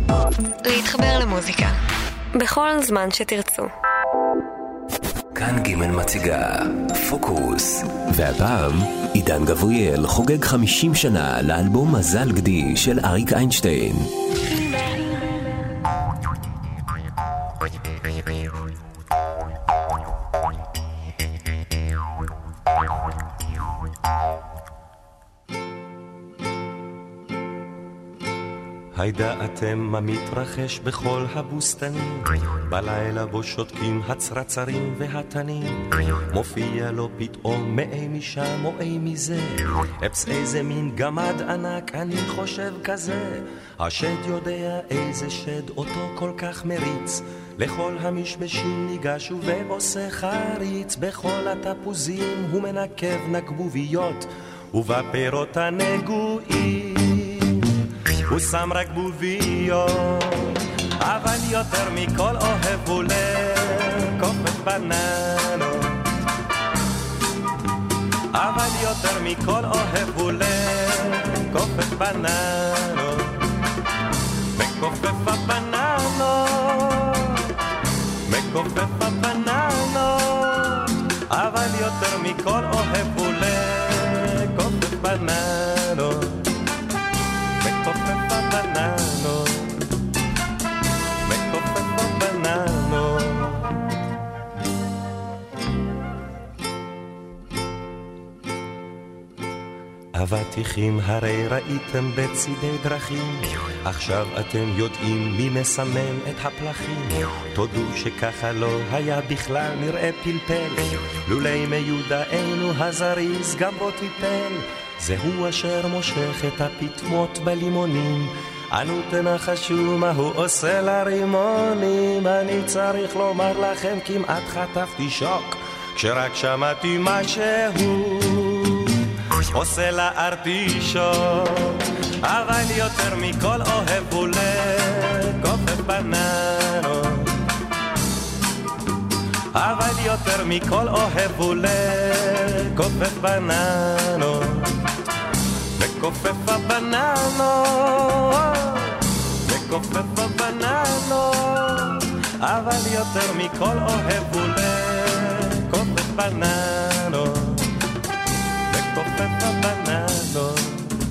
להתחבר למוזיקה בכל זמן שתרצו. כאן ג' מציגה פוקוס, והפעם עידן גבריאל חוגג 50 שנה לאלבום מזל גדי של אריק איינשטיין. הידעתם מה מתרחש בכל הבוסתנים, בלילה בו שותקים הצרצרים והתנים, מופיע לו פתאום מאי משם או אי מזה, אפס איזה מין גמד ענק, אני חושב כזה. השד יודע איזה שד אותו כל כך מריץ, לכל המשמשים ניגש ועושה חריץ, בכל התפוזים הוא מנקב נקבוביות, ובפירות הנגועים הוא שם רק בוביות, אבל יותר מכל אוהב הוא לקופת בננות, אבל יותר מכל אוהב הוא לקופת בננות, מקופף הבננות, מקופף הבננות, אבל יותר מכל אוהב הוא לקופף בננות, מקופף הבננות, מקופף הבננות. אבטיחים הרי ראיתם בצידי דרכים, עכשיו אתם יודעים מי מסמן את הפלחים. תודו שככה לא היה בכלל נראה פלפל, לולי מיודענו הזריז גם בו טיפל. זהו אשר מושך את הפטמות בלימונים, אנו תנחשו מה הוא עושה לרימונים. אני צריך לומר לכם כמעט חטפתי שוק כשרק שמעתי מה שהוא עושה לארטישוק, אבל יותר מכל אוהב הוא לקופף בננות, אבל יותר מכל אוהב הוא לקופף בננות, מקופף הבננות, מקופף הבננות, אבל יותר מכל אוהב הוא לקופף בננות, מקופף הבננות,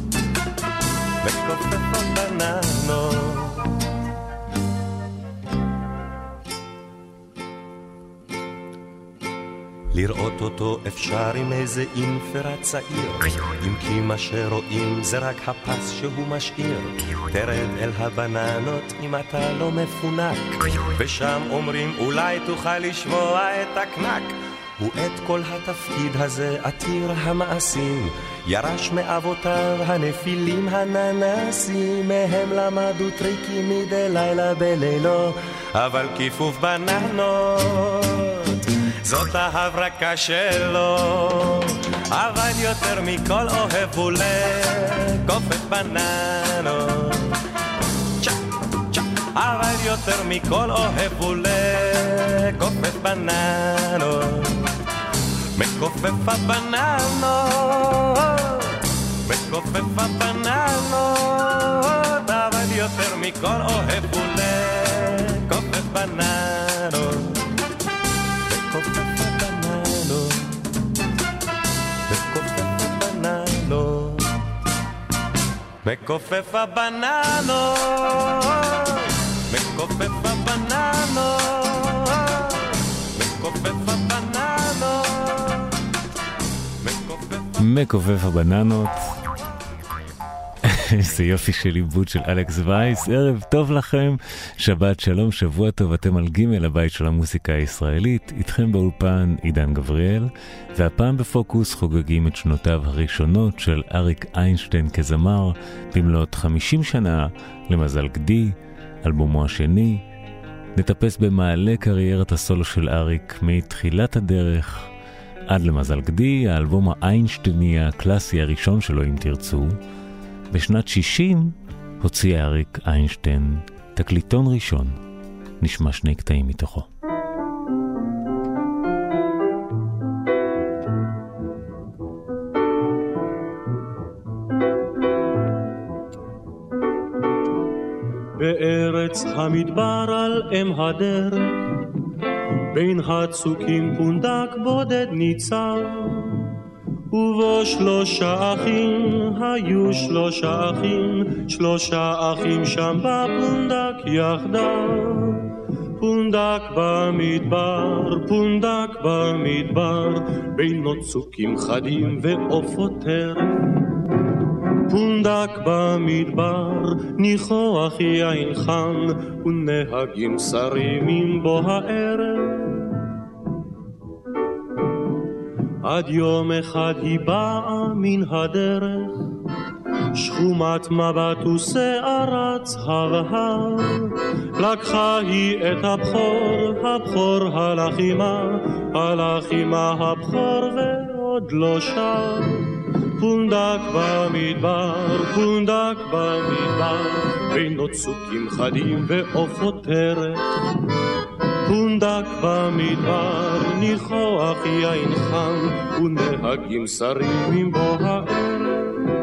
מקופף הבננות. לראות אותו אפשר עם איזה אינפרה צעיר, אם כי מה שרואים זה רק הפס שהוא משאיר. תרד אל הבננות אם אתה לא מפונק, ושם אומרים אולי תוכל לשמוע את הקנק. הוא את כל התפקיד הזה עתיר המעשים, ירש מאבותיו הנפילים הננסים, מהם למדו טריקים מדי לילה בלילו, אבל כיפוף בננות זאת ההברקה שלו. אבל יותר מכל אוהב הוא לקופף בננות, אבל יותר מכל אוהב הוא לקופף בננות, מקופף הבננות, מקופף הבננות, אבל יותר מכל אוהב הוא לקופף בננות, מקופף הבננות, מקופף הבננות, מקופף הבננות, מקופף הבננות, מקופף הבננות, מקופף הבננות. איזה יופי של עיבוד של אלכס וייס. ערב טוב לכם, שבת שלום, שבוע טוב. אתם על ג' הבית של המוסיקה הישראלית, איתכם באולפן עידן גבריאל, והפעם בפוקוס חוגגים את שנותיו הראשונות של אריק איינשטיין כזמר, במלאת 50 שנה למזל גדי, אלבומו השני. נטפס במעלה קריירת הסולו של אריק מתחילת הדרך עד למזל גדי, האלבום האיינשטייני הקלאסי הראשון שלו אם תרצו. בשנת 60 הוציא אריק איינשטיין תקליטון ראשון. נשמע שני קטעים מתוכו. בארץ המדבר על אם הדרך, בין הצוקים פונדק בודד ניצב, ובו 3 אחים, היו 3 אחים, 3 אחים שם בפונדק יחדיו. פונדק במדבר, פונדק במדבר, בינו צוקים חדים ועופות טרף. פונדק במדבר, ניחוח יין חם, ונהגים שרימים בו הערב. עד יום אחד היא באה מן הדרך, שחומת מבט ושערה צהבהב. לקחה היא את הבחור, הבחור הלך עמה הבחור ועוד לא שב. פונדק במדבר, פונדק במדבר, בינו צוקים חדים ועופות טרף. פונדק במדבר, ניחוח יין חם, ונהגים שרימים בו הערב.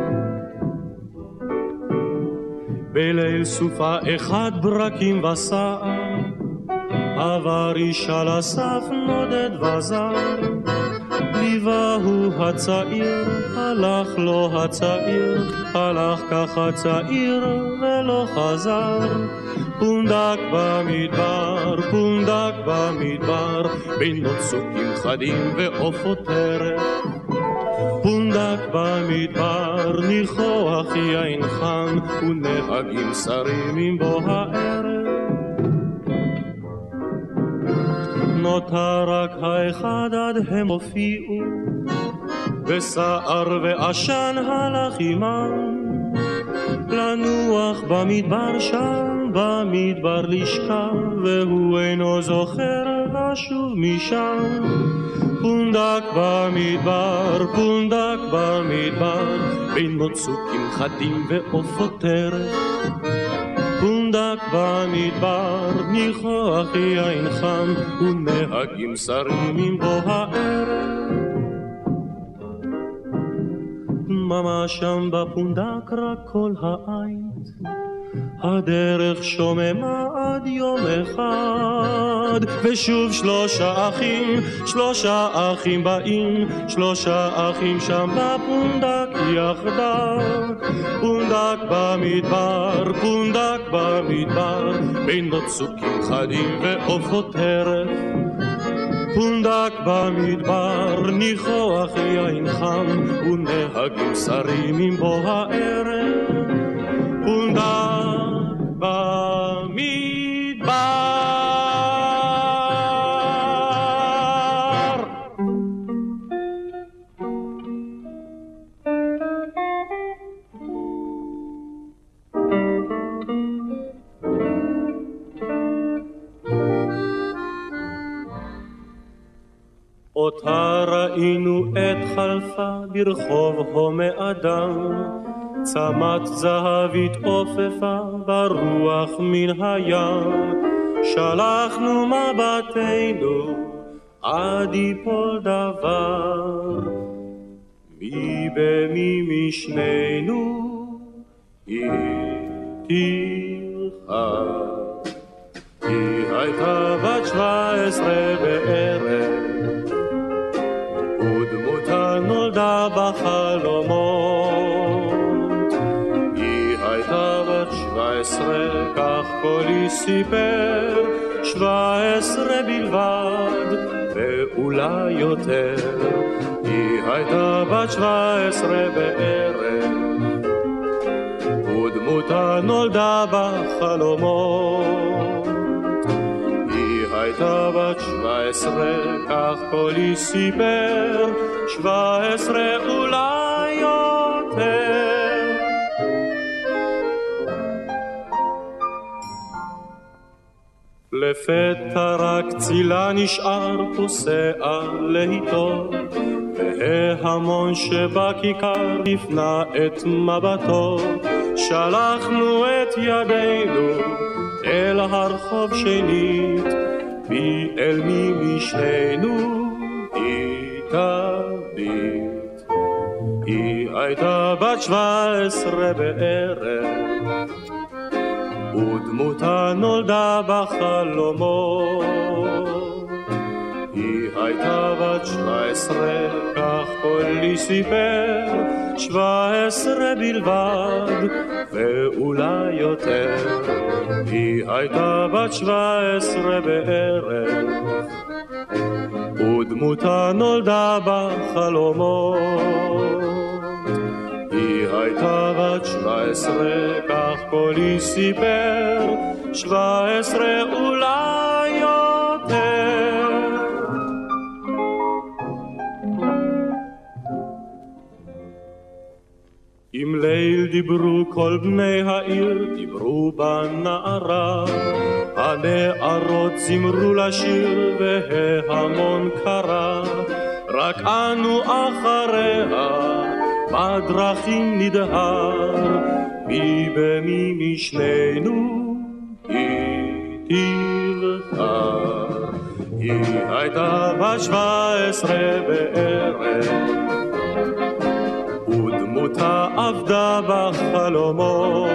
בליל סופה אחד ברקים וסער, עבר אישה לסף נודד וזר. ליווהו הצעיר, הלך לו הצעיר, הלך ככה צעיר ולא חזר. פונדק במדבר, פונדק במדבר, בינו צוקים חדים ועופות טרף. פונדק במדבר, ניחוח יין חם, ונהגים שרימים בו הערב. נותר רק האחד עד הם הופיעו, וסער ועשן הלך עמם. לנוח במדבר שם, במדבר לשכב, והוא אינו זוכר לשוב משם. פונדק במדבר, פונדק במדבר, בינו צוקים חדים ועופות טרף. פונדק במדבר, ניחוח יין חם, ונהגים שרימים בו הערב. דממה שם בפונדק רק כל העית, הדרך שוממה עד יום אחד. ושוב 3 אחים, 3 אחים באים, 3 אחים שם בפונדק יחדיו. פונדק במדבר, פונדק במדבר, בינו צוקים חדים ועופות טרף. פונדק במדבר, ניחוח יין חם, ונהגים שרימים בו הערב. פונדק במדבר. אותה ראינו את חלפה ברחוב הומה אדם, צמת זהבית עופפה ברוח מן הים. שלחנו מבטנו עד יפול דבר, מי במי משנינו היא תלחץ. היא הייתה בת 17 בערב, ודמותה נולדה בחלומות. היא הייתה בת 17, כך קולי סיפר, 17 בלבד ואולי יותר. היא הייתה בת 17 בערב, ודמותה נולדה בחלומות. היא הייתה בת 17, כך קולי סיפר, 17 אולי יותר. לפתע רק צילה נשאר פוסע להיטות, וההמון שבכיכר הפנה את מבטו. שלחנו את ידינו אל הרחוב שנית, בי אל מי משנינו היא תביט. היא הייתה בת 17 בערב, ודמותה נולדה בחלומות. היא הייתה בת 17, כך קולי סיפר, 17 בלבד, ואולי יותר. היא הייתה בת 17 בערך, ודמותה נולדה בחלומות. היא הייתה בת 17, כך קולי סיפר, 17 אולי יותר. עם ליל דיברו כל בני העיר, דיברו בנערה, הנערות זמרו לשיר וההמון קרה, רק אנו אחריה בדרכים נדהר, מי במי משנינו היא תבחר. היא הייתה בת 17 בערך, ודמותה עבדה בחלומות.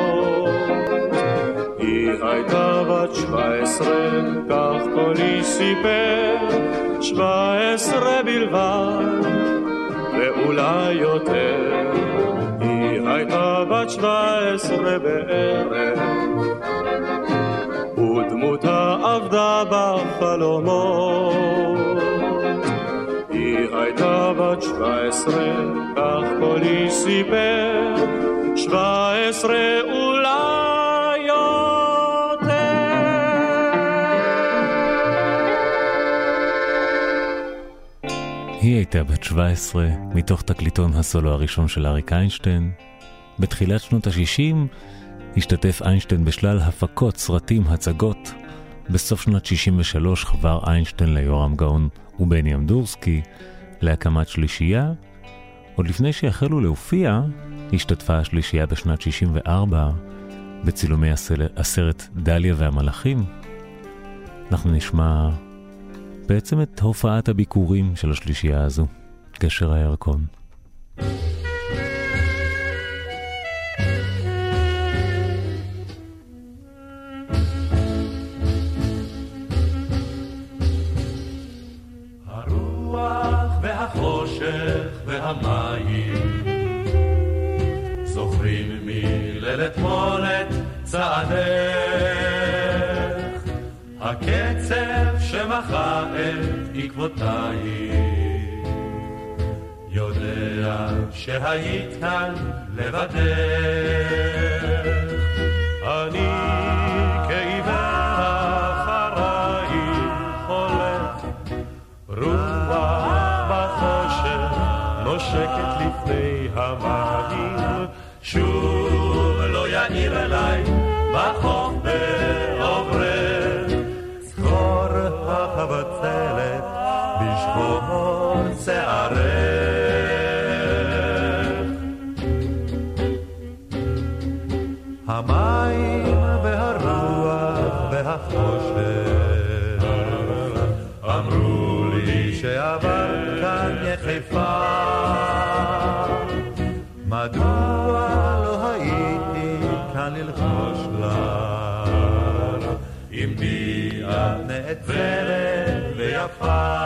היא הייתה בת 17, כך קולי סיפר, 17 בלבד, ואולי יותר. היא הייתה בת 17 בערך, ודמותה עבדה בחלומות. היא הייתה בת 17, כך קולי סיפר, 17 אולי יותר. היא הייתה בת 17, מתוך תקליטון הסולו הראשון של אריק איינשטיין. בתחילת שנות ה-60 השתתף איינשטיין בשלל הפקות, סרטים, הצגות. בסוף שנת 63 חבר איינשטיין ליורם גאון ובני אמדורסקי להקמת שלישייה. עוד לפני שהחלו להופיע, השתתפה השלישייה בשנת 64 בצילומי הסרט דליה והמלאכים. אנחנו נשמע בעצם את הופעת הביקורים של השלישייה הזו, גשר הירקון. החושך והמים זוכרים מליל אתמול את צעדך, הקצב שמחה את עקבותייך, יודע שהיית כאן לבדך. אני כעיוור אחרייך הולך, רוח נושקת לפני המים, שוב לא יעיר אליי בחוף בעוברך, זכור החבצלת בשחור שערך. המים והרוח והחושך אמרו לי שעבר כאן יחפה, מדוע לא הייתי כאן ללחוש לך, אם בי את נעצרת ויפה.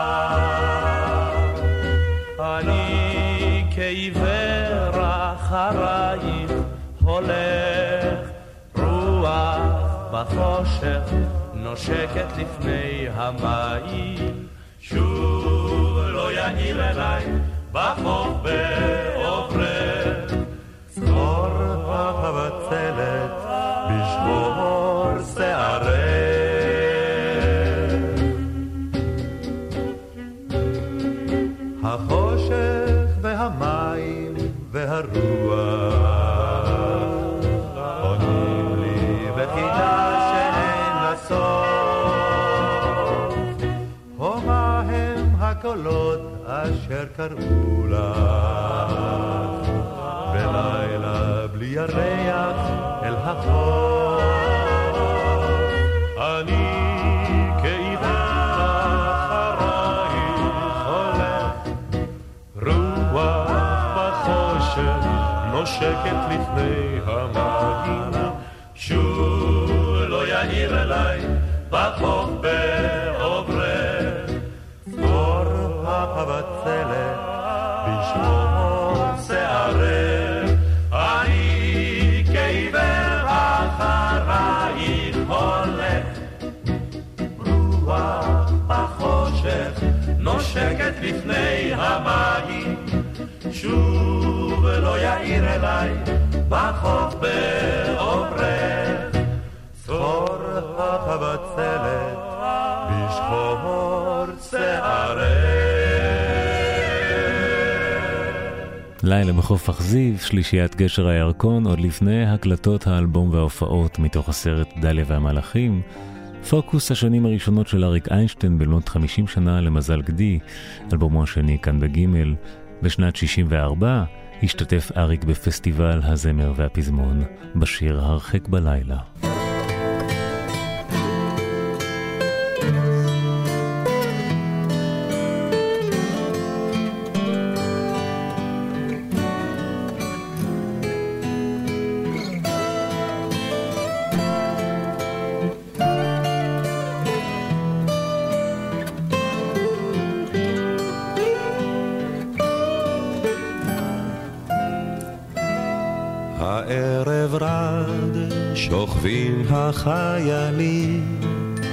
אני כעיוור אחרייך הולך, רוח בחושך נושקת לפני המים, שוב לא יעיר אליי בחוף בעוברך, זכור החבצלת בשחור שערך. החושך והמים והרוח עונים לי בחידה שאין לה סוף, הומה הם הקולות אשר קראו לך בלילה בלי ירח אל החוף. אני כעיוור אחרייך הולך, רוח בחושך נושקת לפני המים, שוב יאיר אליי בחוף בעוברך צבור הבצלת בשמור שערך אני כעיוור אחרייך הולך רוח בחושך נושקת לפני המים שוב לא יאיר אליי בחוף בעוברך צור הבצלת בשחור שערך. לילה בחוף אכזיב, שלישיית גשר הירקון, עוד לפני הקלטות האלבום וההופעות מתוך הסרט דליה והמלאכים. פוקוס השנים הראשונות של אריק איינשטיין במלאת 50 שנה למזל גדי, אלבומו השני כאן בגימל. בשנת 64 השתתף אריק בפסטיבל הזמר והפזמון בשיר הרחק בלילה. הערב רד שוכבים החיילים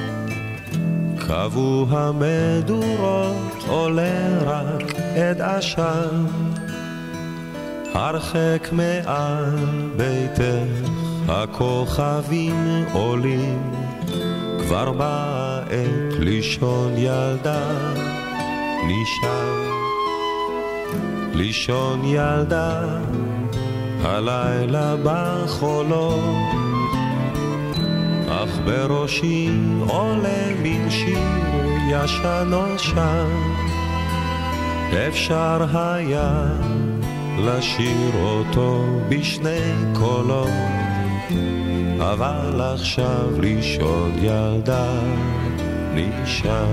קבו המדורות עולה רק עד עשן הרחק מעל ביתך הכוכבים עולים כבר באה עת לישון ילדה נשאר לישון ילדה הלילה בחולות אך בראשי עולה מן שיר ישן נושן אפשר היה לשיר אותו בשני קולות אבל עכשיו לישון ילדה נשאר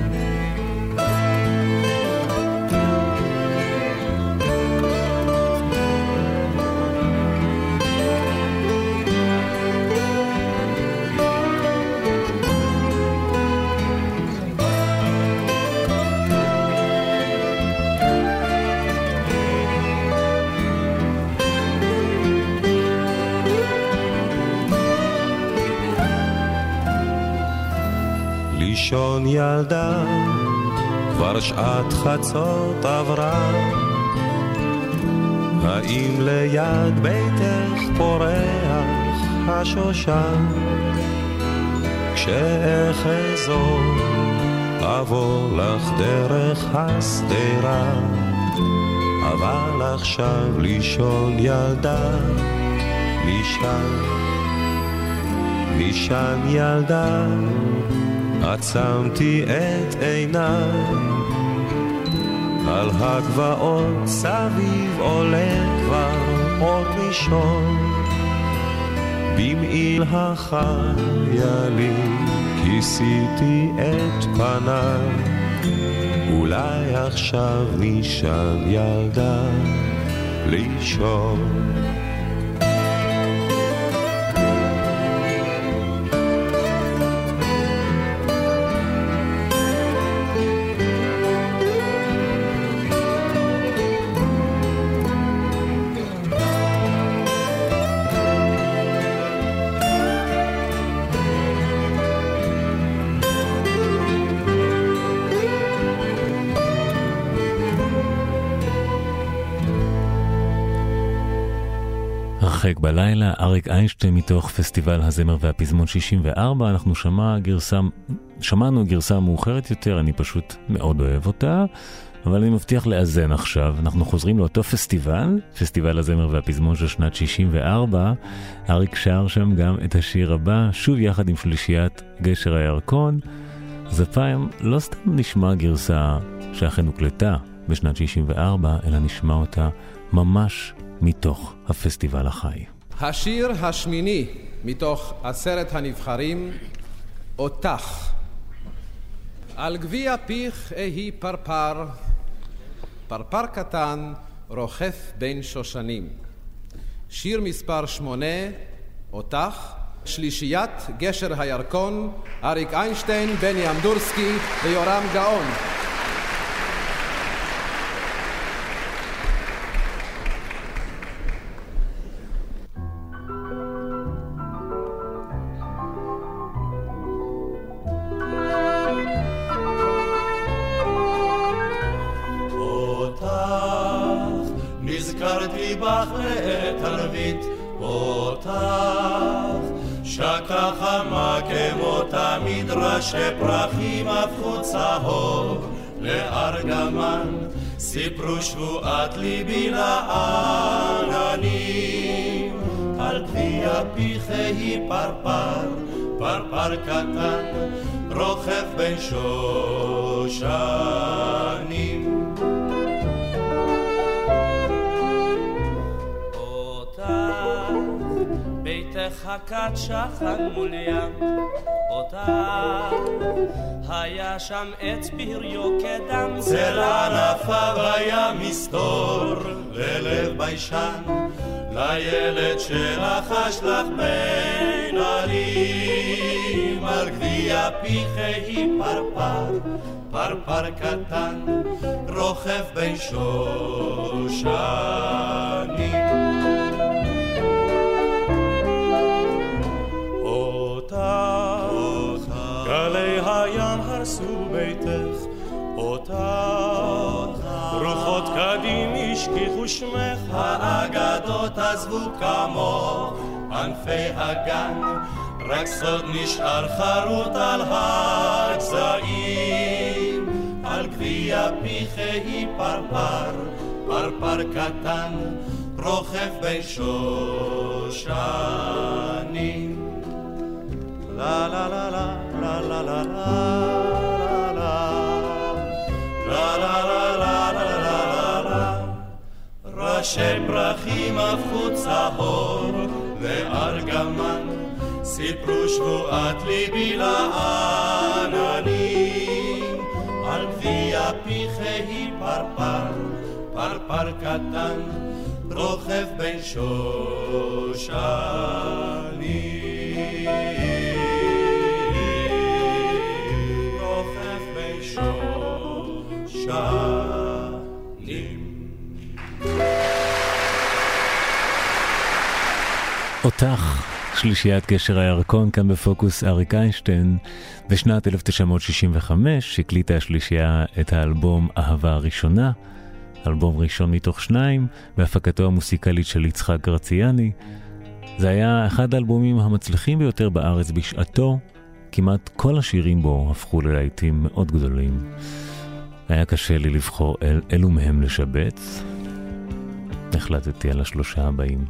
לישון ילדה כבר שעת חצות עברה האם ליד ביתך פורח השושן כשאחזור אבוא לך דרך הסתירה אבל עכשיו לישון ילדה נשן ילדה עצמתי את עיניי על הגבעות סביב עולה כבר אור ראשון במעיל החיילים כיסיתי את פניי אולי עכשיו נשאר ילדה לישון הרחק בלילה, אריק איינשטיין מתוך פסטיבל הזמר והפזמון 64. אנחנו שמענו גרסה מאוחרת יותר, אני פשוט מאוד אוהב אותה, אבל אני מבטיח לאזן עכשיו. אנחנו חוזרים לאותו פסטיבל הזמר והפזמון של שנת 64. אריק שר שם גם את השיר הבא, שוב יחד עם שלישיית גשר הירקון. אז הפעם לא סתם נשמע גרסה שאכן הוקלטה בשנת 64, אלא נשמע אותה ממש מתוך הפסטיבל החי. השיר השמיני מתוך 10 הנבחרים, אותך. על גביע פיך אהי פרפר, פרפר קטן רוחף בין שושנים. שיר מספר 8, אותך, שלישיית גשר הירקון, אריק איינשטיין, בני אמדורסקי ויורם גאון. נזכרתי בך לעת ערבית אותך שקע חמה כמו תמיד ראשי פרחים הפכו צהוב לארגמן סיפרו שבועת ליבי לעננים על גביע פיחי פרפר פרפר קטן רוכב בין שושנים ביתך כת שכן מול ים אותך היה שם עץ פריו כדם צל ענפיו היה מסתור ללב ביישן לילד שלחש לך בין עלים על גביע פיחי פרפר פרפר קטן רוכב בין שושנים גלי הים הרסו ביתך אותך רוחות קדים השכיחו שמך האגדות עזבו כמוך ענפי הגן רק סוד נשאר חרוט על הגזעים על גביע פיחי פרפר פרפר קטן רוכב בין שושנים La la la la la la la la la la la la la ראשי פרחים הפכו צהוב לארגמן סיפרו שבועת ליבי לעננים על גביע פיחי פרפר פרפר קטן רוכב בין שושנים אותך, שלישיית גשר הירקון, כאן בפוקוס אריק איינשטיין. בשנת 1965 הקליטה השלישייה את האלבום אהבה הראשונה, אלבום ראשון מתוך 2, בהפקתו המוסיקלית של יצחק גרציאני. זה היה אחד האלבומים המצליחים ביותר בארץ בשעתו, כמעט כל השירים בו הפכו ללהיטים מאוד גדולים. היה קשה לי לבחור אלו מהם לשבץ. החלטתי על השלושה הבאים.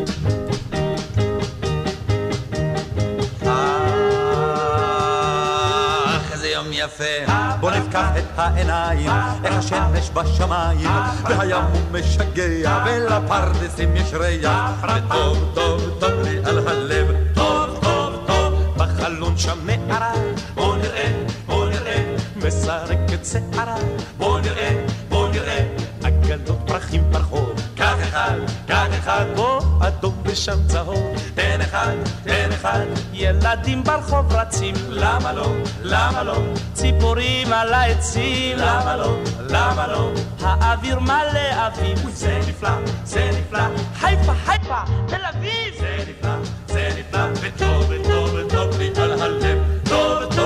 איזה יום יפה, בוא נפקח את העיניים, איך השמש בשמיים, והים הוא משגע, ולפרדסים יש ריח, וטוב טוב טוב לי על הלב, טוב טוב טוב, בחלון שם מערה, בוא נראה, בוא נראה, מסרקת שערה, בוא נראה, בוא נראה, אגדות פרחים ברחוב, כך אחד, בוא אדום ושם צהוב, תן אחד, ילדים ברחוב רצים, למה לא, ציפורים על העצים, למה לא, האוויר מלא אביב, זה נפלא, חיפה, תל אביב, זה נפלא, וטוב לי על הלב, טוב,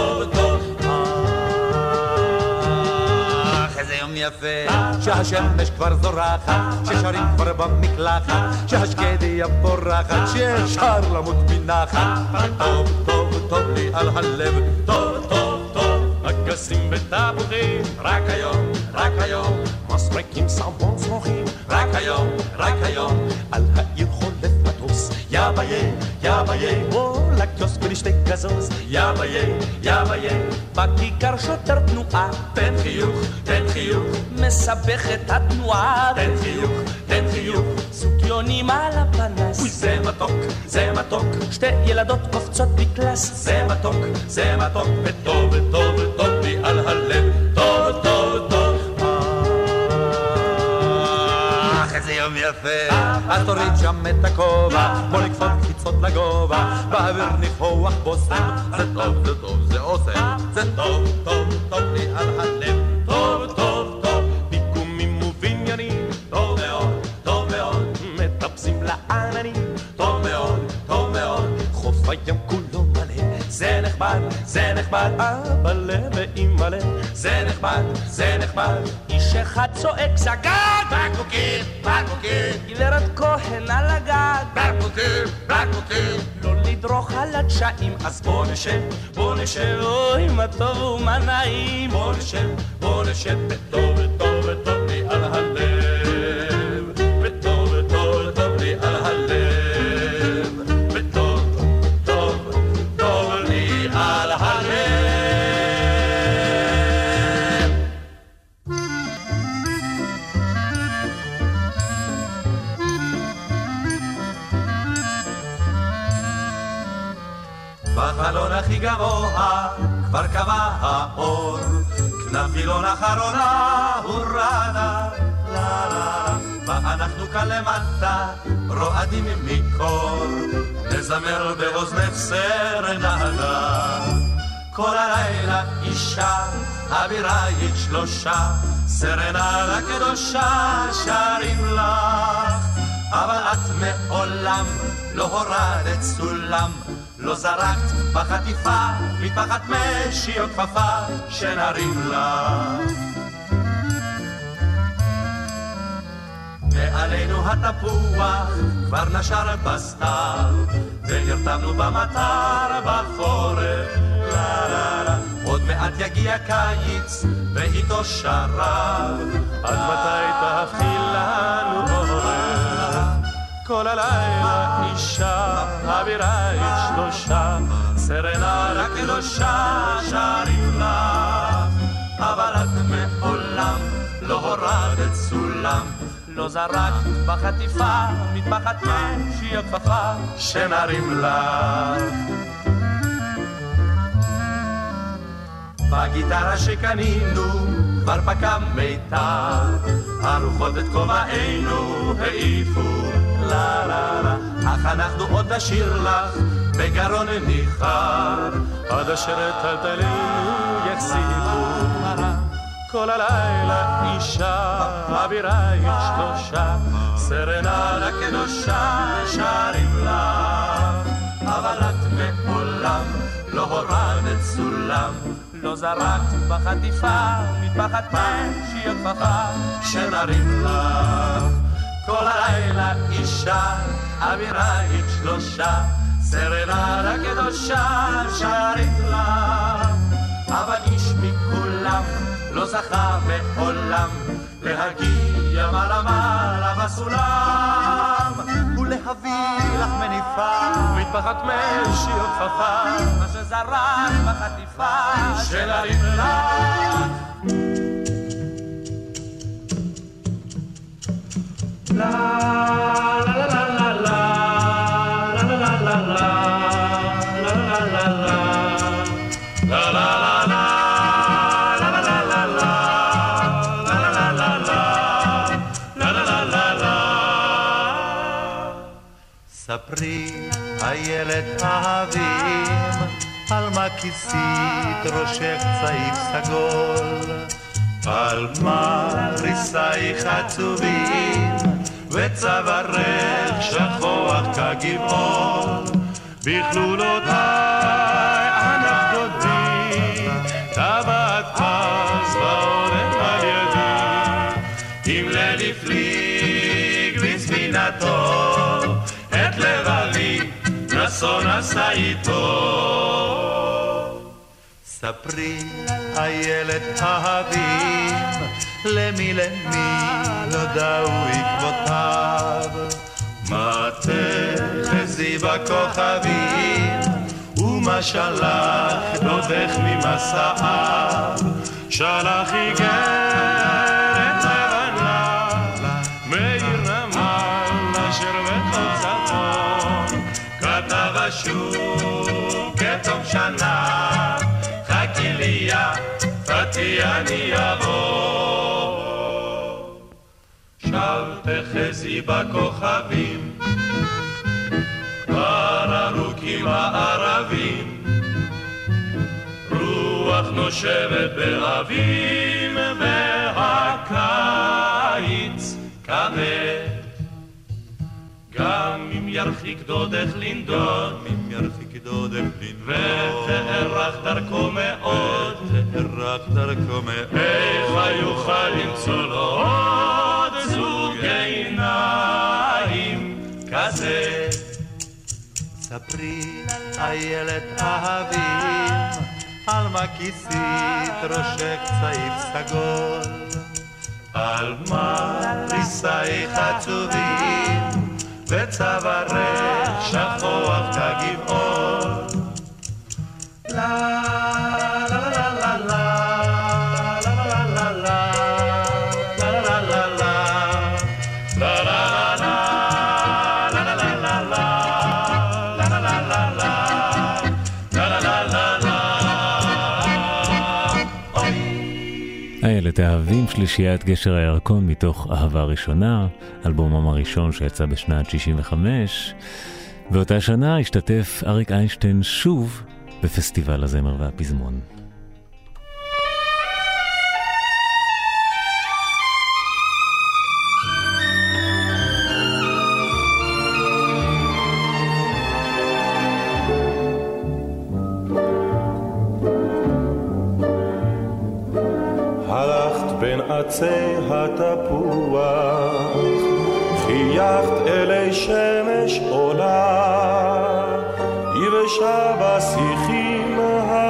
איזה יום יפה, שהשמש כבר זורחת, ששרים כבר במקלחת, שהשקדיה פורחת, שאפשר למות מנחת, טוב לי על הלב, טוב, אגסים ותפוחים, רק היום, מסרקים סמבון סמוכים, רק היום, על העיר חולף מטוס, יא ביי, בוא לקיוסק ולשתי גזוז, יא ביי, בכיכר שוטר תנועה, תן חיוך, מסבך את התנועה, תן חיוך, סוקיונים על הפנס, אוי זה מתוק, שתי ילדות קופצות בקלאס, זה מתוק, וטוב לי על הלב, טוב, איזה יום יפה, אז תוריד שם את הכובע, בוא לקפות קפיצות לגובה, באוויר ניחוח בוסם, זה טוב, זה טוב, זה עושה, זה טוב, טוב, טוב לי על הלב, טוב, טוב, טוב, פיקומים ובניינים, טוב מאוד, טוב מאוד, מטפסים לעננים, טוב מאוד, טוב מאוד, חוף הים כולו מלא, זה נחמד, זה נחמד, אבא ואמא לב, זה נחמד, זה נחמד, איש אחד צועק סגג, ברקוקים, ברקוקים, גילרת כהן על הגג, ברקוקים, ברקוקים, לא לדרוך על הדשאים, אז בוא נשב, בוא נשב, אוי מה טוב ומה נעים, בוא נשב, בוא נשב, בטוב, בטוב, בטוב לי על הלב, בטוב, בטוב, בטוב לי על הלב, בטוב, טוב, טוב לי על הלב. בחלון הכי גבוה כבר קבע האור, כנף וילון אחרונה הורדה, לה לה, ואנחנו כאן למטה רועדים מקור, נזמר באוזנך סרנדה. כל הלילה אישה אבירייך שלושה, סרנדה קדושה שרים לך, אבל את מעולם לא הורדת סולם, לא זרקת בחטיפה, מטפחת משי או כפפה שנרים לך. מעלינו התפוח כבר נשר בסתיו, ונרתמנו במטר בחורף, לה לה לה. עוד מעט יגיע קיץ ואיתו שרב, עד מתי תהפכי לנו עורף? כל הלילה אישה אבירייך שלושה, סרנדה קדושה שרים לך, אבל את מעולם לא הורדת סולם, לא זרקת בחטיפה, מטפחת משי או כפפה שנרים לך. בגיטרה שקנינו כבר פקע מיתר, הרוחות את כובענו העיפו, לה לה לה, אך אנחנו עוד נשיר לך בגרון ניחר, עד אשר טלטלינו יחשיפו. כל הלילה אישה אבירייך שלושה, סרנדה קדושה שרים לך, אבל את מעולם לא הורדת סולם, לא זרקת בחטיפה, מטפחת משי או כפפה שנרים לך. כל הלילה אישה אבירייך שלושה, סרנדה קדושה שרים לך, אבל איש מכולם לא זכה מעולם להגיע מעלה מעלה בסולם, ולהביא לך מניפה, מטפחת משי או כפפה, מה שזרק בחטיפה שנרים לך. La la la la la la la la la la ספרי איילת אהבים, על מה כיסית ראשך צעיף סגול, על מה ריסייך עצובים וצווארך שכוח כגבעול, בכלולותיי ענף דודי, טבעת פז ועורף על ידי, אם ליל הפליג בספינתו את לבבי נסון עשה איתו. ספרי איילת אהבים, למי נודעו עקבותיו, מה תחזי בכוכבים ומה שלח דודך ממסעיו, שלח איגרת לבנה מאיר נמל אשר בתוך צפון, כתב השוק כתום שנה, חכי לי פתי אני אבוא. שב תחזי בכוכבים צוחקים הערבים, רוח נושבת באביב והקיץ כמת. גם אם ירחיק דודך לנדוד, ותארך דרכו מאוד, איך יוכל למצוא לו עוד זוג עיניים כזה. ספרי איילת אהבים, על מה כיסית ראשך צעיף סגול, על מה ריסייך עצובים וצווארך שכוח כגבעול. לה לה לה לה לה איילת אהבים, שלישיית גשר הירקון מתוך אהבה ראשונה, אלבומם הראשון שיצא בשנת 65, ואותה שנה השתתף אריק איינשטיין שוב בפסטיבל הזמר והפזמון. עצי התפוח, חייכת אלי שמש עולה, יבשה בשיחים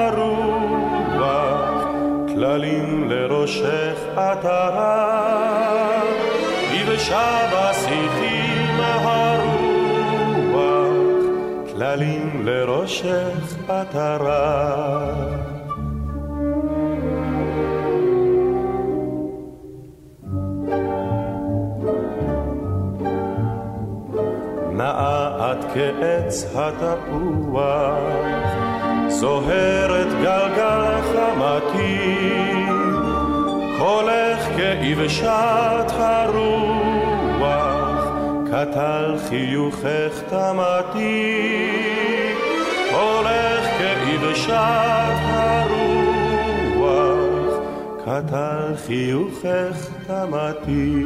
הרוח, כללים לראשך עטרה, יבשה בשיחים הרוח, כללים לראשך עטרה. נאה את כעץ התפוח, זוהרת גלגל חמתי, קולך כאיבשת הרוח, קטל חיוכך תמתי, קולך כאיבשת הרוח, קטל חיוכך תמתי.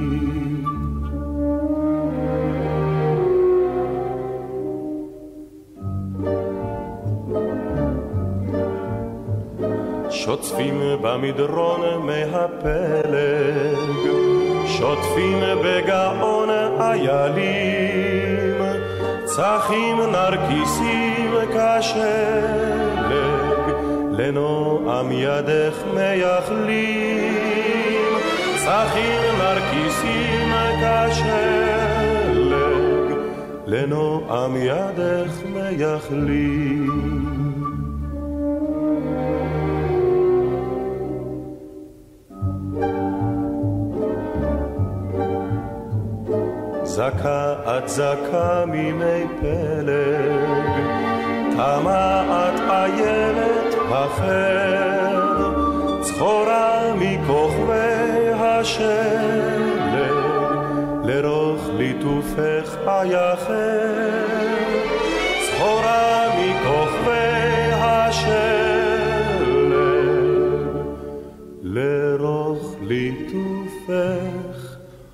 שוטפים במדרון מהפלג, שוטפים בגאון איילים, צחים נרקיסים כשלג, לנועם ידך מייחלים, צחים נרקיסים כשלג, לנועם ידך מייחלים. זכה את זכה מימי פלג, תמה את איילת החר, צחורה מכוכבי השלג, לרוך ליטופך אייחר, צחורה מכוכבי השלג, לרוך ליטופך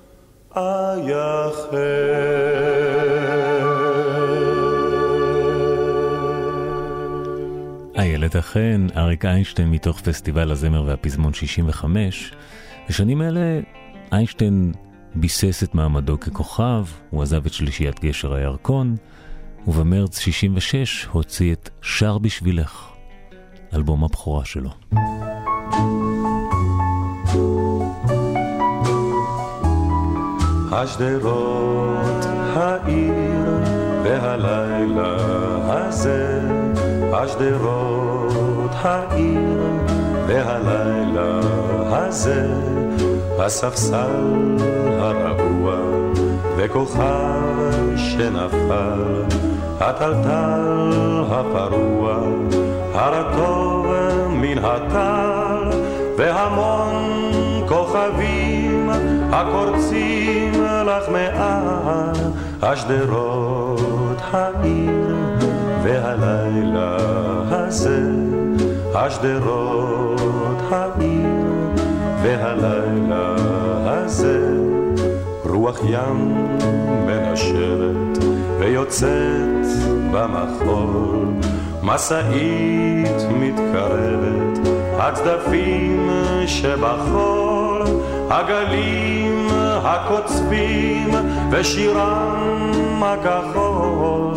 איילת אכן, אריק איינשטיין מתוך פסטיבל הזמר והפזמון 65. בשנים אלה איינשטיין ביסס את מעמדו ככוכב, הוא עזב את שלישיית גשר הירקון, ובמרץ 66 הוציא את שר בשבילך, אלבום הבכורה שלו. השדרות העיר והלילה הזה, השדרות העיר והלילה הזה, הספסל הרעוע וכוכב שנפל, הטלטל הפרוע, הרטוב מן הטל, והמון כוכבים הקורצים לך מעל, השדרות העיר והלילה הזה השדרות העיר, והלילה הזה רוח ים מנשבת ויוצאת במחול, מסעית מתקרבת, הצדפים שבחול, הגלים הקוצבים ושירם הכחול.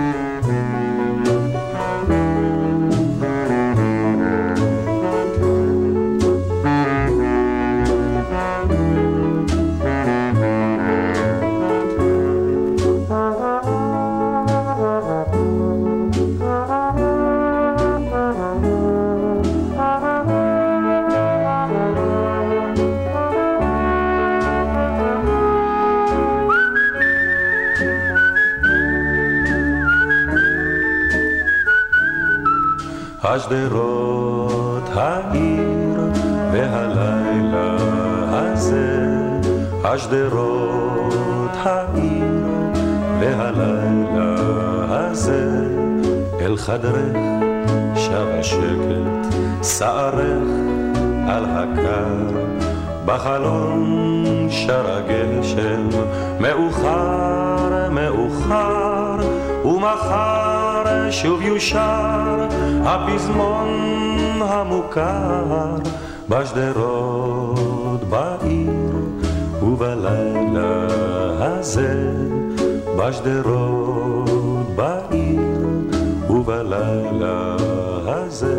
השדרות העיר והלילה הזה, השדרות העיר והלילה הזה, אל חדרך שב השקט, שערך על הקר, בחלון שר הגשם, מאוחר מאוחר, ומחר שוב יושר הפזמון המוכר, בשדרות בעיר ובלילה הזה, בשדרות בעיר ובלילה הזה,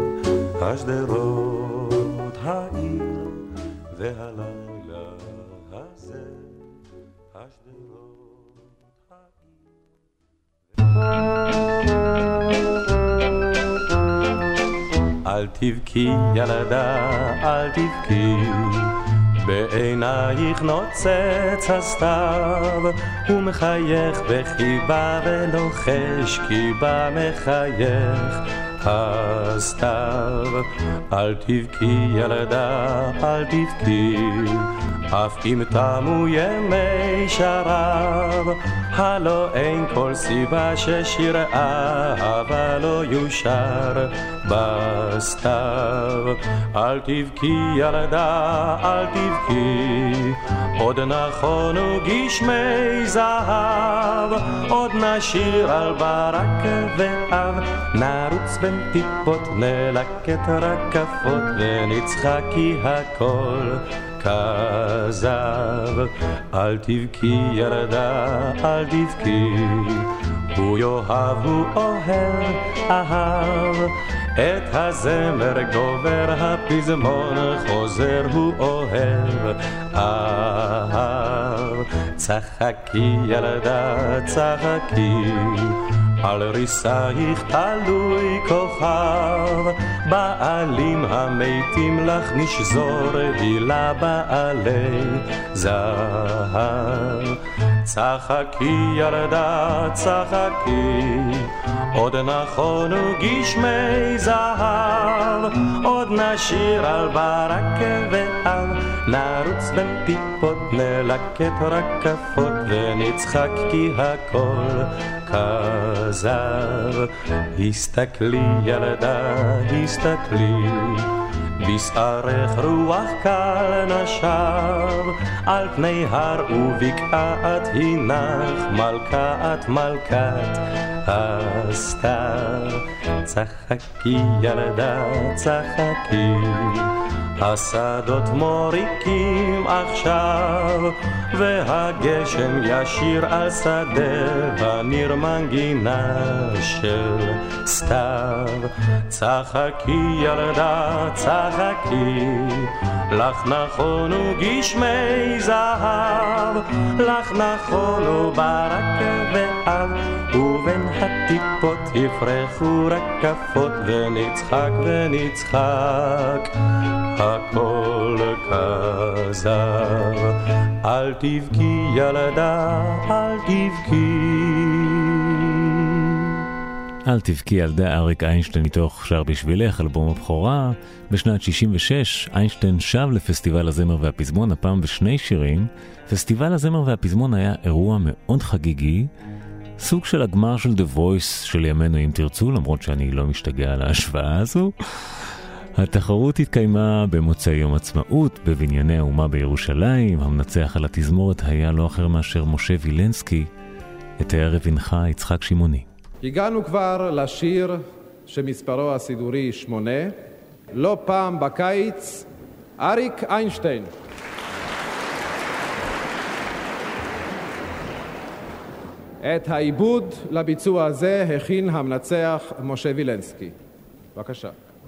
השדרות העיר והלילה הזה, השדרות העיר. אל תבכי ילדה, אל תבכי, בעינייך נוצץ הסתיו, הוא מחייך בחיבה ולוחש כי בה מחייך הסתיו. אל תבכי ילדה, אל תבכי, אף אם תמו ימי שרב, הלא אין כל סיבה ששיר אהבה לא יושר בסתיו. אל תבכי ילדה, אל תבכי, עוד נכונו גשמי זהב, עוד נשיר על ברק ואב, נרוץ בין טיפות, נלקט רקפות ונצחק כי הכל כזב. אל תבכי ילדה, אל תבכי, הוא יאהב, הוא אוהב, אהב, את הזמר גובר, הפזמון חוזר, הוא אוהב, אהב. צחקי ילדה, צחקי, על ריסייך תלוי כוכב, בעלים המתים לך נשזור, הילה בעלי זהב. צחקי ילדה, צחקי, עוד נכונו גשמי זהב, עוד נשיר על ברק ואב, נרוץ בין טיפות, נלקט רקפות ונצחק כי הכל כזב. הסתכלי ילדה, הסתכלי, בשערך רוח קל נשב, על פני הר ובקעת הנך, מלכת מלכת הסתיו. צחקי ילדה, צחקי, השדות מוריקים עכשיו, והגשם ישיר על שדה, בניר מנגינה של סתיו. צחקי ילדה, צחקי, לך נכונו גשמי זהב, לך נכונו ברק ואב, ובין הטיפות יפרחו רקפות, ונצחק ונצחק הכל כזב. אל תבכי ילדה, אל תבכי. אל תבכי ילדה, אריק איינשטיין מתוך שר בשבילך, אלבום הבכורה. בשנת 66 איינשטיין שב לפסטיבל הזמר והפזמון, הפעם בשני שירים. פסטיבל הזמר והפזמון היה אירוע מאוד חגיגי, סוג של הגמר של The Voice של ימינו אם תרצו, למרות שאני לא משתגע על ההשוואה הזו. התחרות התקיימה במוצאי יום עצמאות בבנייני האומה בירושלים. המנצח על התזמורת היה לא אחר מאשר משה וילנסקי. את הערב הנחה יצחק שמעוני. הגענו כבר לשיר שמספרו הסידורי 8, לא פעם בקיץ, אריק איינשטיין. את העיבוד לביצוע הזה הכין המנצח משה וילנסקי. בבקשה.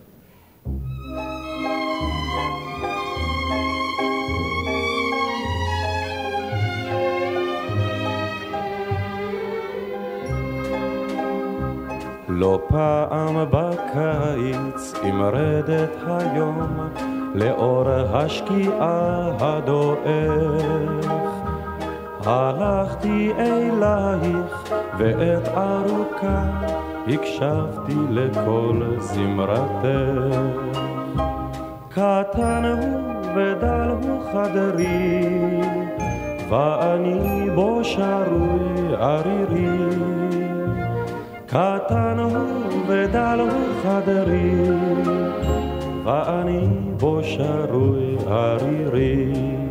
לא פעם בקיץ ימרדת היום לאור השקיעה הדועך, הלכתי אלייך ואת ארוכה הקשבתי לכל זמרתך. קטן הוא ודל הוא חדרי ואני בו שרוי ערירי. קטן הוא ודל הוא חדרי ואני בו שרוי ערירי.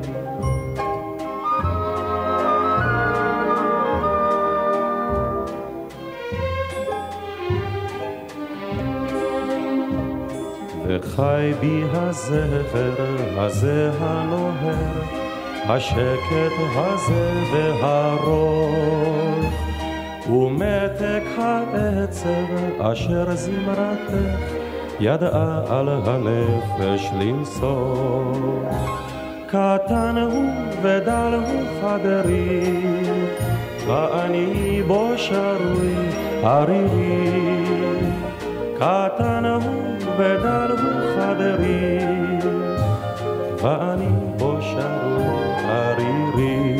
וחי בי הזכר הזה הנוהר, השקט הזה והרוח, ומתק העצב אשר זמרתך ידעה על הנפש למסור. קטן הוא ודל הוא חדרי ואני בו שרוי ערירי. קטן הוא ודל הוא חדרי ואני בו שרוי ערירי.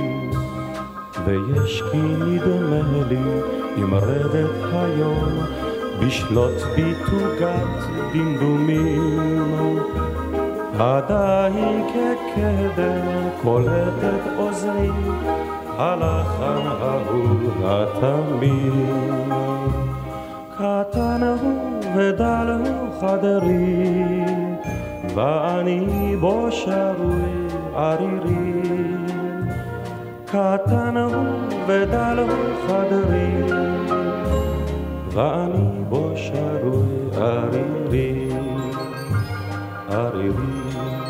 ויש כי נדמה לי ימרדת היום בשלות ביתוגת דמדומים, עדיין כקדם קולטת אוזני הלחן ההוא התמים. קטן הוא ודל הוא חדרי ואני בו שרוי ערירי. קטן הוא ודל הוא חדרי ואני בו שרוי ערירי. ערירי,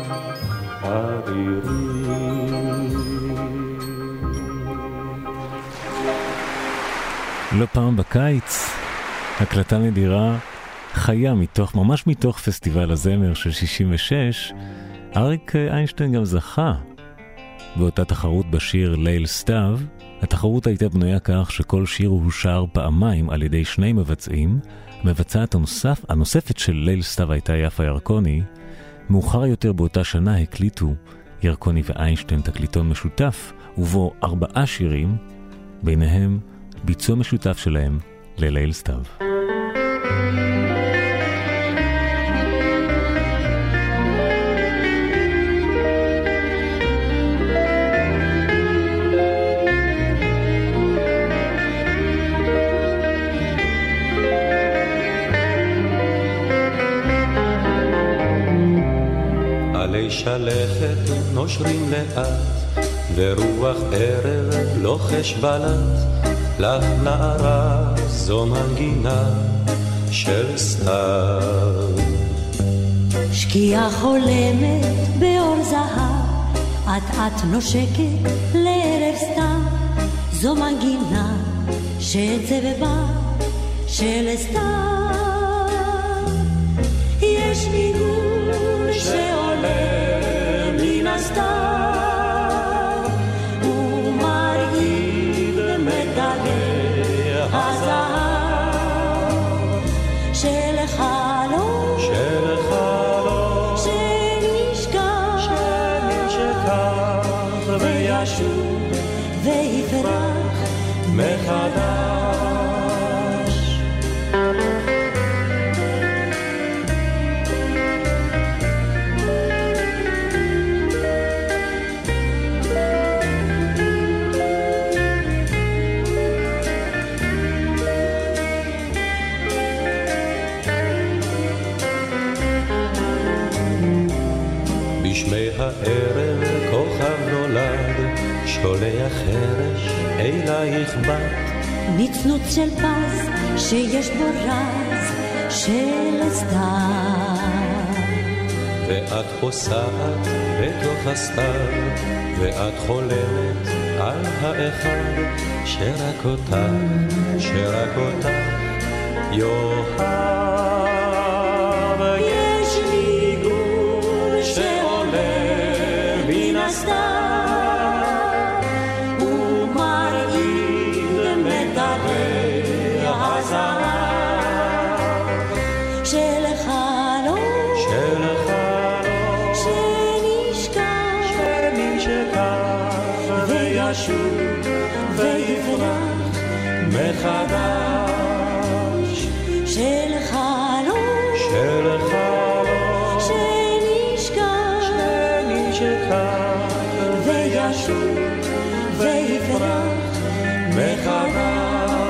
ערירי. לא פעם בקיץ, הקלטה נדירה חיה ממש מתוך פסטיבל הזמר של 66. אריק איינשטיין גם זכה באותה תחרות בשיר ליל סתיו. התחרות הייתה בנויה כך שכל שיר הוא שר פעמיים על ידי שני מבצעים. המבצעת הנוספת של ליל סתיו הייתה יפה ירקוני. מאוחר יותר באותה שנה הקליטו ירקוני ואיינשטיין תקליטון משותף, ובו 4 שירים, ביניהם ביצוע משותף שלהם לליל סתיו. עלי שלכת נושרים לאט ורוח ערב לוחש בלט, לך נערה זו מנגינה של סתיו. שקיעה חולמת באור זהב, את נושקת לערב סתיו, זו מנגינה שצבבה של סתיו. יש ניגון שעולה מן הסתיו ומרעיד מדלי הזהב של חלום שנשכח וישוב ויפרח מחדש. הערב כוכב נולד, שולח חרש אלייך בת. נצנוץ של פז שיש בו רז של סתיו, ואת פוסעת בתוך הסתיו, ואת חולמת על האחד שרק אותך יאהב. יש לי גור שעולה מן הסתיו ומרעיד מטרי הזהב של חלום שנשכח וישוב ויפרח מחדש, של חלום שנשכח וישוב ויפרח מחדש.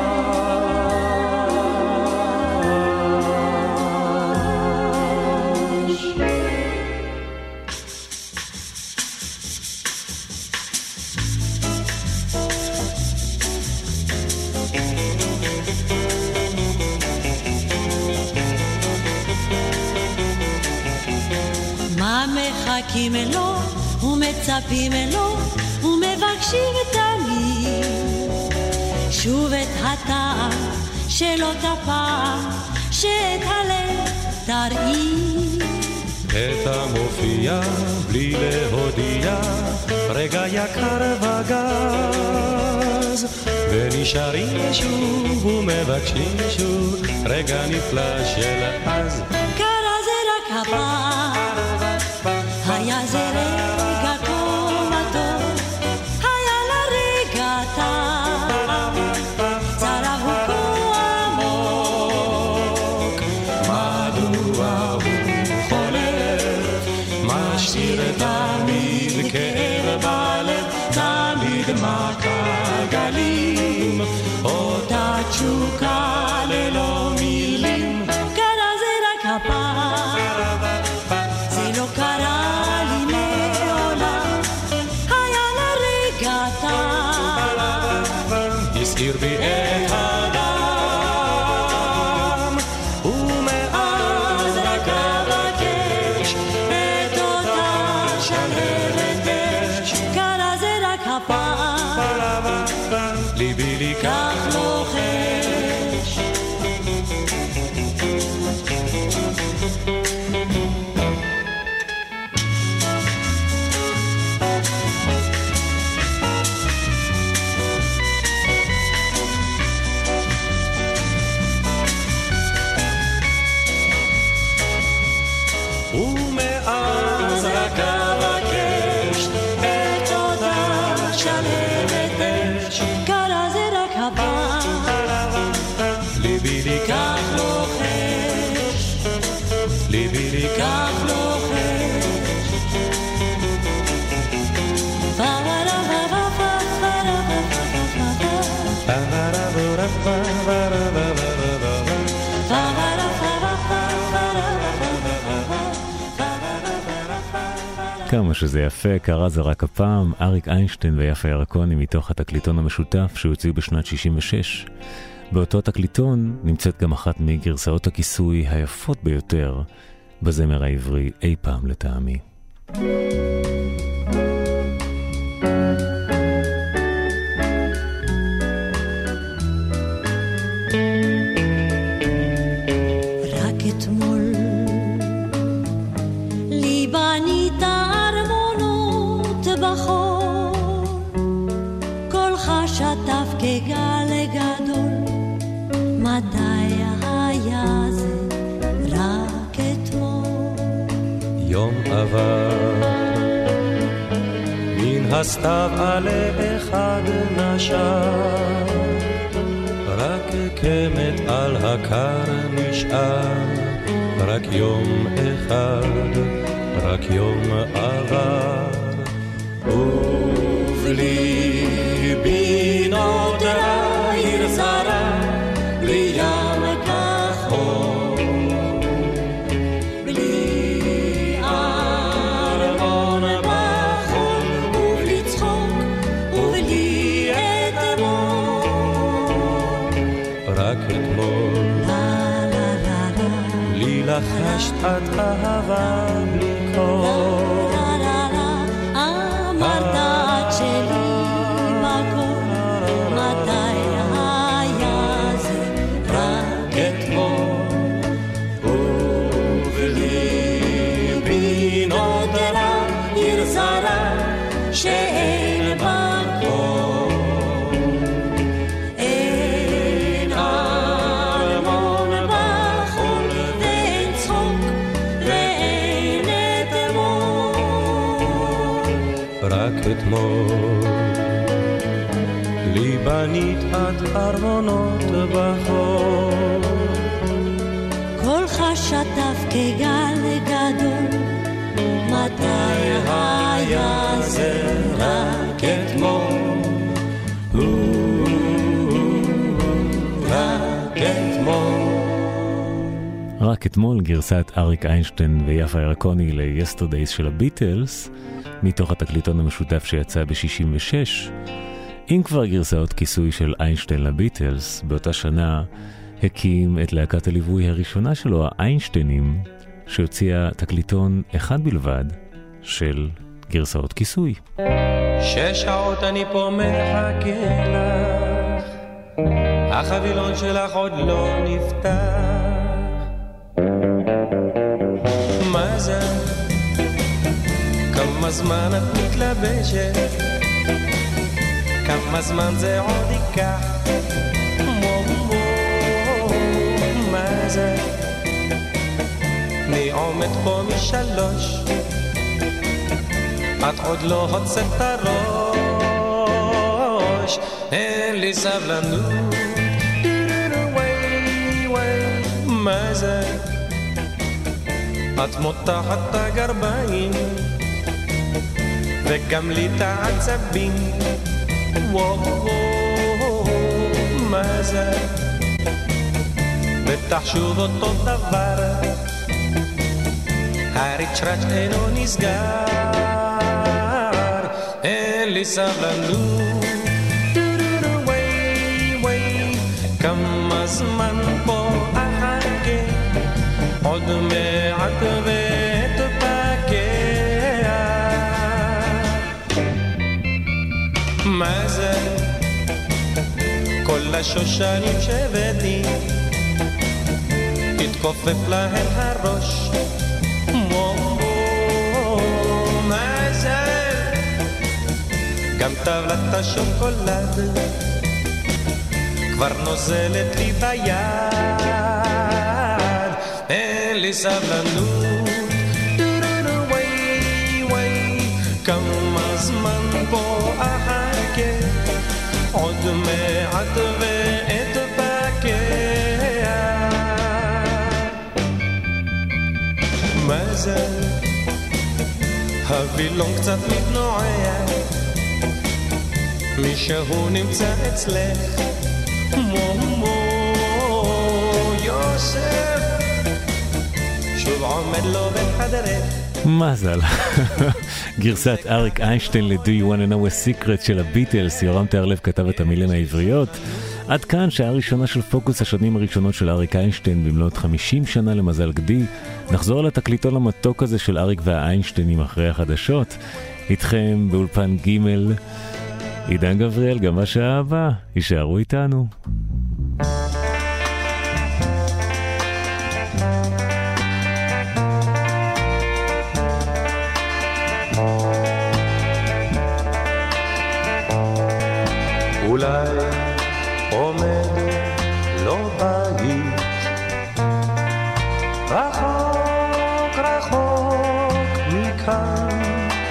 מחכים לו ומצפים לו ומבקשים תמיד שוב את הטעם של אותה פעם שאת הלב תרעיד. אתה מופיע בלי להודיע, רגע יקר וגז, ונשארים שוב ומבקשים שוב רגע נפלא של אז. קרה זה רק הפעם, היה זה רגע כה טוב, היה לרגע טעם, צרה הוא כה עמוק. מדוע הוא חולף, משאיר תמיד כאב בלב, תמיד מכה גלים, אותה תשוקה ללא מילים. קרה זה רק הפעם, זה לא קרה לי מעולם, היה לרגע טעם, הסעיר בי את הדם, ומאז רק אבקש את אותה שלהבת אש. קרה זה רק הפעם, ליבי לי כך לוחש. ומאז רק אבקש את אותה שלהבת אש. קרה זה רק הפעם, ליבי לי כך לוחש, ליבי לי כך לוחש. כמה שזה יפה, קרה זה רק הפעם, אריק איינשטיין ויפה ירקוני מתוך התקליטון המשותף שהוציאו בשנת 66. באותו תקליטון נמצאת גם אחת מגרסאות הכיסוי היפות ביותר בזמר העברי אי פעם לטעמי. רק אתמול לי בנית ארמונות בחור, קולך שטף כגל גדול, מתי היה זה רק אתמול? יום עבר מן הסתיו עלה אחד נשר, רק כמת על הקר נשאר, רק יום אחד, רק יום עבר. ובלי נותרה עיר זרה, בלי ים כחול, בלי ארמון אתמול לי לחשת את אהבה בלי קול אמרת את שלי בכל מתי היה זה רק אתמול ובליבי נודרה עיר זרה שאין בה קול אין ארמון בחול ואין צחוק ואין אתמול רק אתמול לי בנית את ארמונות בחול קולך שטף כגל גדול מתי היה זה רק אתמול רק אתמול רק אתמול גרסת אריק איינשטיין ויפה ירקוני ל-Yesterdays של הביטלס מתוך התקליטון המשותף שיצא ב-66. אם כבר גרסאות כיסוי של איינשטיין לביטלס, באותה שנה הקים את להקת הליווי הראשונה שלו, האיינשטיינים, שהוציאה תקליטון אחד בלבד של גרסאות כיסוי. 6 שעות אני פה מחכה לך, החבילון שלך עוד לא נפתח. מה זה? כמה זמן את מתלבשת? כמה זמן זה עוד ייקח? מה זה? אני עומד פה מ3, את עוד לא הוצאת את הראש, אין לי סבלנות. מה זה? את מותחת את הגרביים וגם לי את העצבים. מה זה? בטח שוב אותו דבר, הריצ'רץ' אינו נסגר, אין לי סבלנות. כמה זמן פה אחכה, עוד מעט ותפקע. מה זה? כל השושנים שבדי תתכופף להם הראש. מה זה? גם טבלת השוקולד כבר נוזלת לי ביד, אין לי סבלנות. כמה זמן פה אחכה, עוד מעט ואתפקע. מה זה? הווילון קצת מתנועע, מישהו נמצא אצלך. יוסף שוב עומד לו בחדרך. מזל. גרסת אריק איינשטיין ל-Do You Want to Know a Secret של הביטלס. יורם תיארלב כתב את המילים העבריות. עד כאן שעה ראשונה של פוקוס, השנים הראשונות של אריק איינשטיין במלאת 50 שנה למזל גדי. נחזור לתקליטון המתוק הזה של אריק והאיינשטיינים אחרי החדשות. איתכם באולפן ג' עידן גבריאל, גם בשעה הבאה. יישארו איתנו. אולי עומד לא בית, רחוק רחוק מכאן,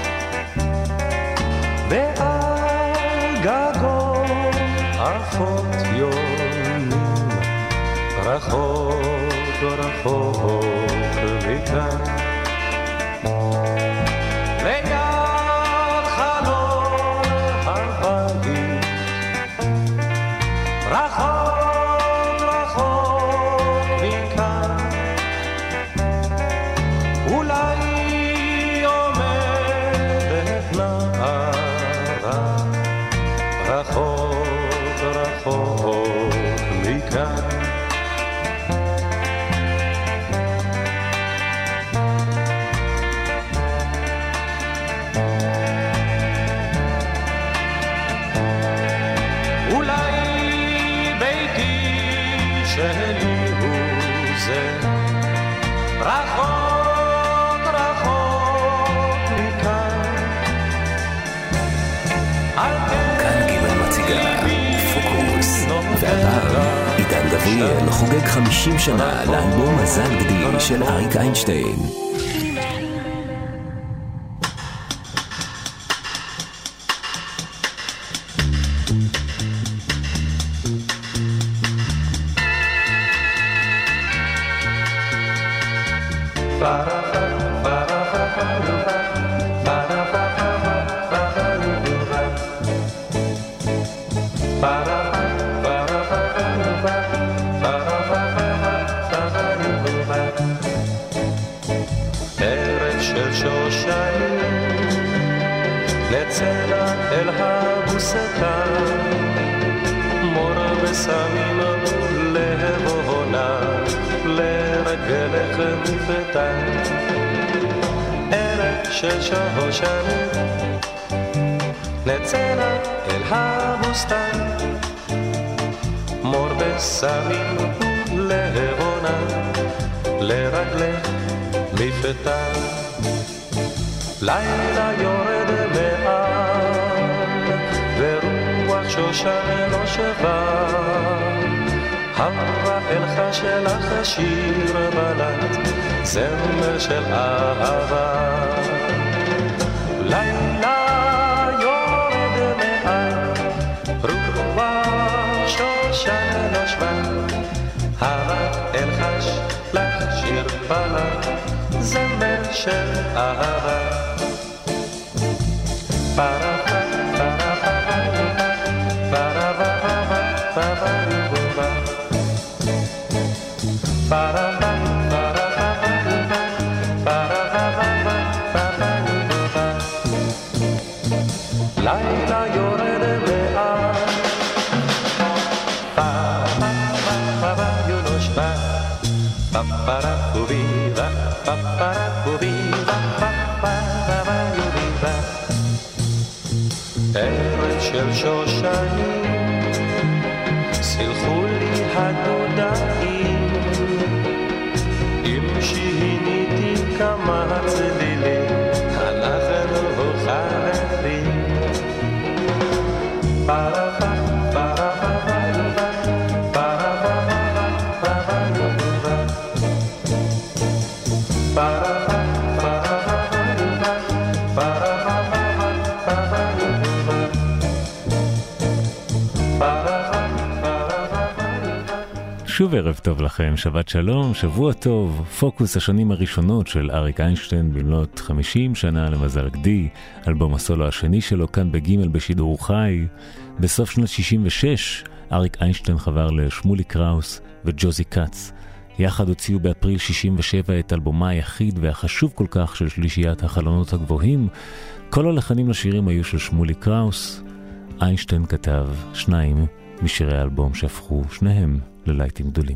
ועל גגו עפות יונים, רחוק רחוק מכאן. רחוק רחוק מכאן, אולי עומדת נערה, רחוק רחוק מכאן. שלי הוא זה, רחוק רחוק מכאן. כאן ג' מציגה פוקוס, והפעם עידן גבריאל חוגג 50 שנה לאלבום מזל גדי של אריק איינשטיין. של שושנים נצא אל הבוסתן, מור בסמים ולבונה לרגלך מפתן. לילה יורד מעל ורוח שושן נושבה, הרפאל שלך שיר בלט זמר של אהבה. לילה יורד מעל רוח שושן נושבה, הרפאל לך שיר בלט זמר של אהבה. לילה יורד מעל יונושבה פפרה קוביבה פפרה קוביבה פפרה יוביבה. ערב של שושנים סלחו לי הדודאים, אם שיניתי כמה צלילים אנחנו חברים. שוב ערב טוב לכם, שבת שלום, שבוע טוב. פוקוס השנים הראשונות של אריק איינשטיין במלאת 50 שנה למזל גדי, אלבום הסולו השני שלו כאן בגימל בשידור חי. בסוף שנת 66 אריק איינשטיין חבר לשמולי קראוס וג'וזי קאץ. יחד הוציאו באפריל 67 את אלבומה היחיד והחשוב כל כך של שלישיית החלונות הגבוהים. כל הלחנים לשירים היו של שמולי קראוס. איינשטיין כתב 2 משירי האלבום שהפכו שניהם ללייטים גדולים.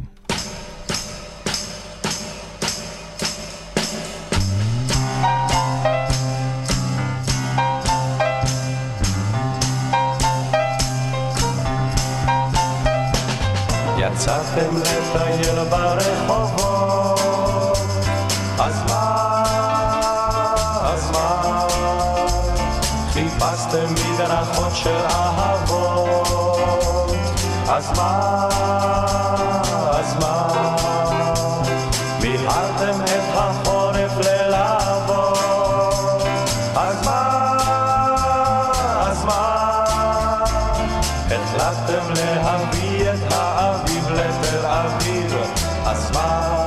יצאתם לטייל ברחובות, אז מה חיפשתם מדרכות של אהבות, אז מה מילאתם את החורף ללהבות, אז מה החלטתם להביא את האביב לתל אביב, אז מה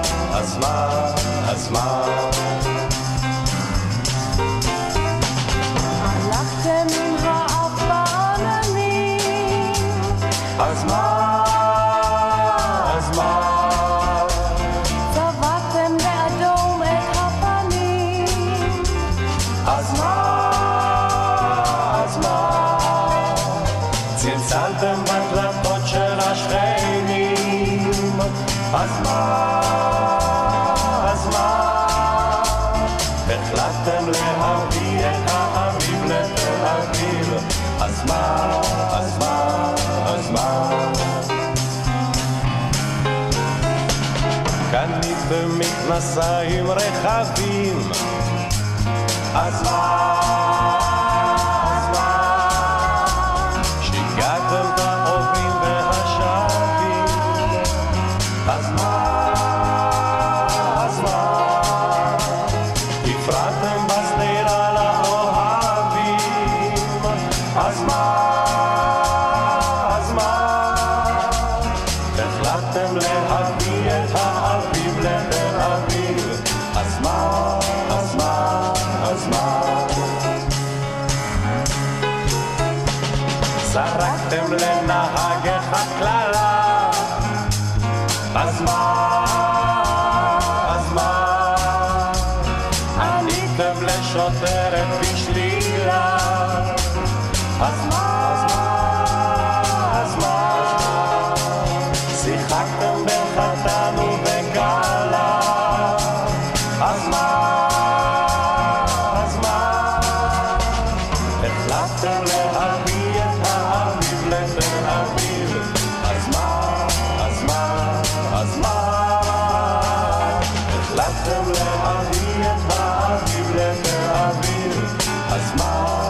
הלכתם עם האף בעננים, אז מה צבעתם באדום את הפנים, אז מה צלצלתם בדלתות של השכנים, אז מה החלטתם להביא את האביב לתל אביב, אז מה אני במתנסיים רחבים, אז מה? שיגעתם את העוברים והשבים, אז מה? הפרעתם בשדרה לאוהבים, אז מה? החלטתם להביא את האביב לתל אביב, אז מה? זרקתם לנהג אחד כללה, אז מה? עניתם לשוטרת בשלילה, אז מה? שיחקתם בין חתן ובכלה, אז מה? החלטתם להביא את האביב לתל אביב, אז מה? החלטתם להביא את האביב לתל אביב, אז מה?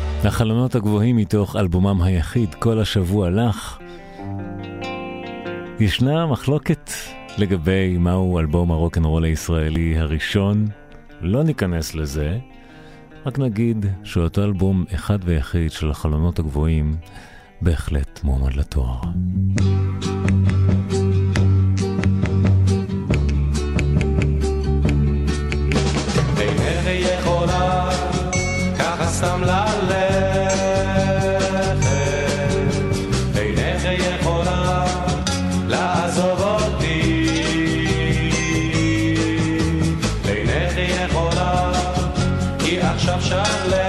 החלונות הגבוהים מתוך אלבומם היחיד כל השבוע לך. ישנה מחלוקת לגבי מהו אלבום הרוק'נ'רול הישראלי הראשון. לא ניכנס לזה, רק נגיד שאותו אלבום אחד ויחיד של החלונות הגבוהים בהחלט מועמד לתואר. אינך יכולה ככה סתם ללכת, אינך יכולה לעזוב אותי, אינך יכולה כי עכשיו שלכת,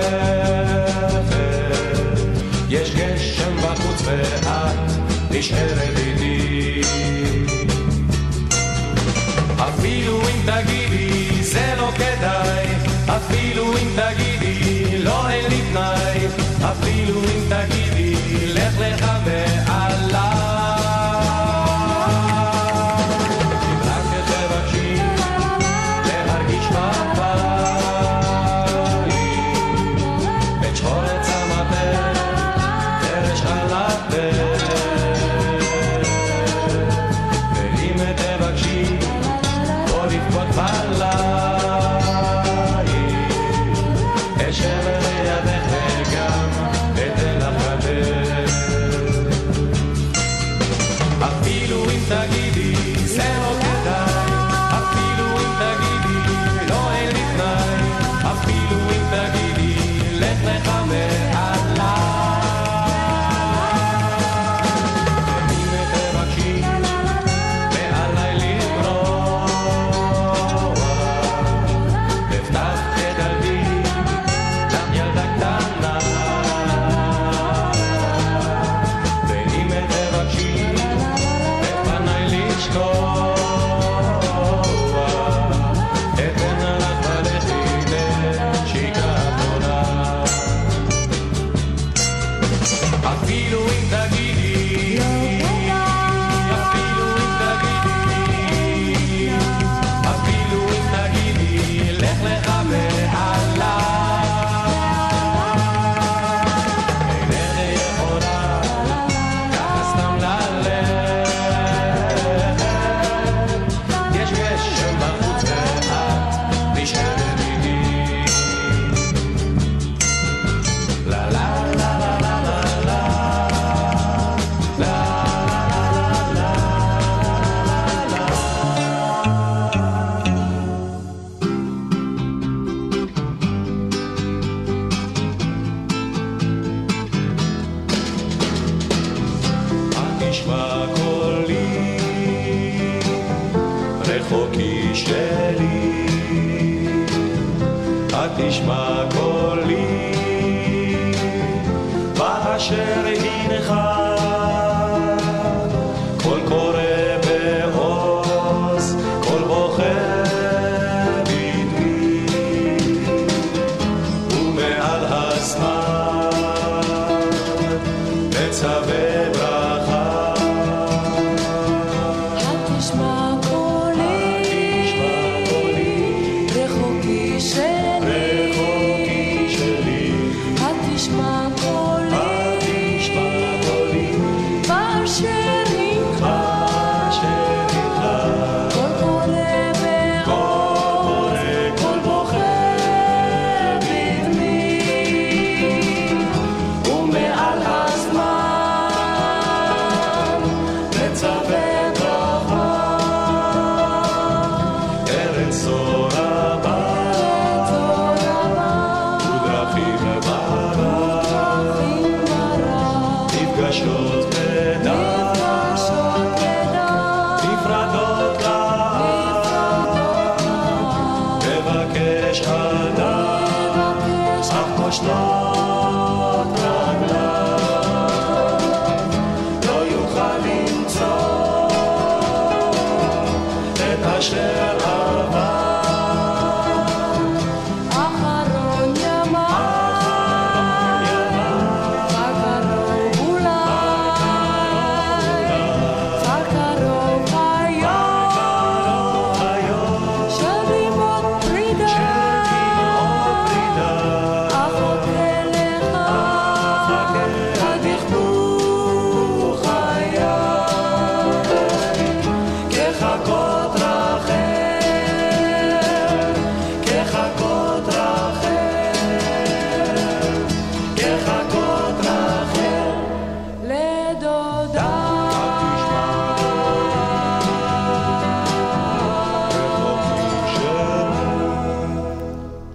יש גשם בחוץ ואת נשארת איתי, אפילו אם תגידי זה לא כדאי, אפילו אם תגידי לא אין לי תנאי, אפילו אם תגידי לך לך ועליי, אם רק תבקשי להרגיש בבית את שחור צמתך דרש חלתך, ואם תבקשי בוא לבכות בלילה תשמע קולי באשר הינך, קול קורא בעוז, קול בוכה בדמי, ומעל הזמן מצווה ברכה. התשמע קולי רחוקי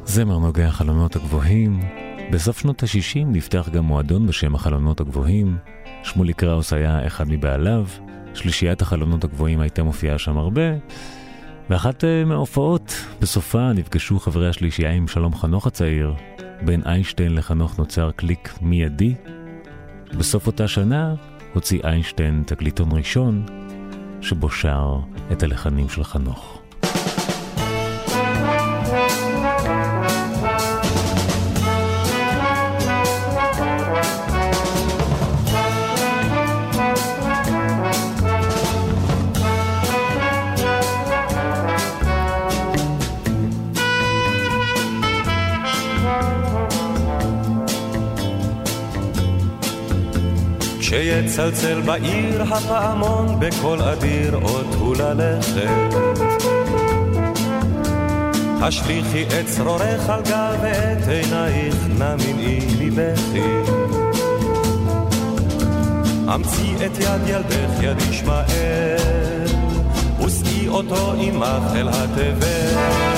זמר נוגע החלונות הגבוהים. בסוף שנות ה-60 נפתח גם מועדון בשם החלונות הגבוהים. שמולי קראוס היה אחד מבעליו. שלישיית החלונות הגבוהים הייתה מופיעה שם הרבה. באחת מההופעות בסופה נפגשו חברי השלישייה עם שלום חנוך הצעיר. בין איינשטיין לחנוך נוצר קליק מיידי. בסוף אותה שנה הוציא איינשטיין תקליטון ראשון שבו שר את הלחנים של חנוך. כשיצלצל בעיר הפעמון בכל אדיר עוד הוא ללכת, השליחי את צרורך על גל ואת עינייך נמנעי מבכי, אמצי את יד ילדך יד ישמעאל וסעי אותו עמך אל התבל,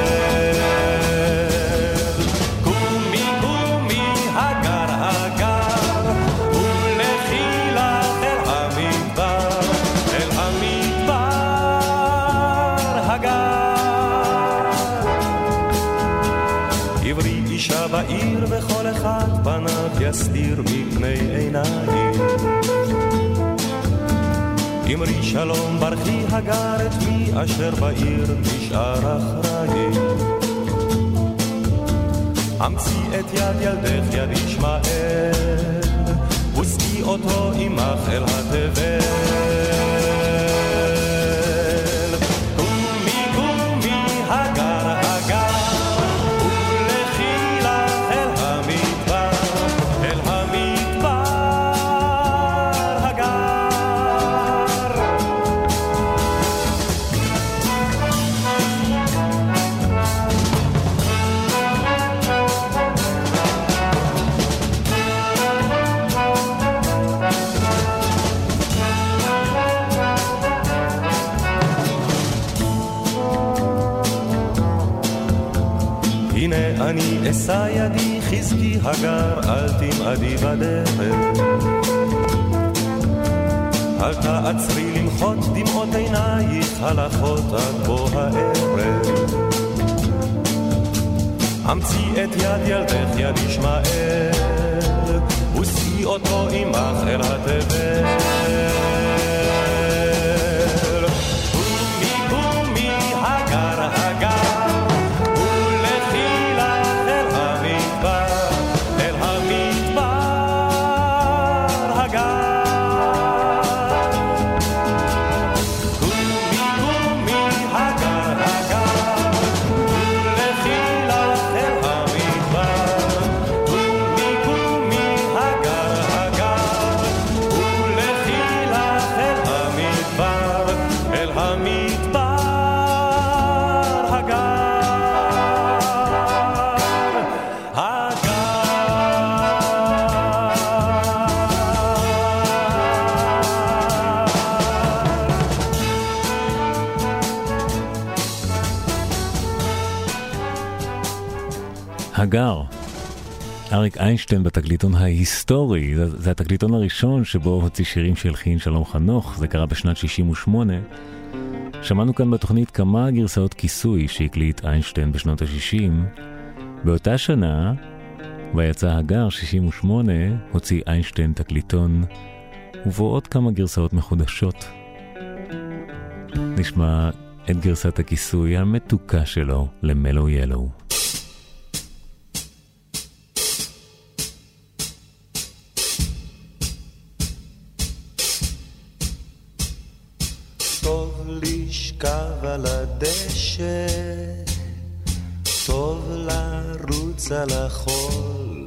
בעיר וכל אחד פניו יסתיר מפני עיניים, אמרי שלום ברכי הגר את מי אשר בעיר נשאר אחראי, אמצי את יד ילדך יד ישמעאל וסעי אותו עמך אל התבל, קומי קומי הגר הגר אני אשא ידי חזקי הגר אל תמעדי בדרך, אל תעצרי למחות דמעות עינייך הלכות עד בוא הערב, אמצי את יד ילדך יד ישמעאל וסעי אותו עמך אל התבל, קומי קומי הגר הגר הגר. אריק איינשטיין בתקליטון ההיסטורי, זה התקליטון הראשון שבו הוציא שירים שהלחין שלום חנוך, זה קרה בשנת 68. שמענו כאן בתוכנית כמה גרסאות כיסוי שהקליט איינשטיין בשנות ה-60. באותה שנה, ויצא הגר 68, הוציא איינשטיין תקליטון, ובו עוד כמה גרסאות מחודשות. נשמע את גרסת הכיסוי המתוקה שלו למלו ילו. לשכב על הדשא, טוב לרוץ על החול,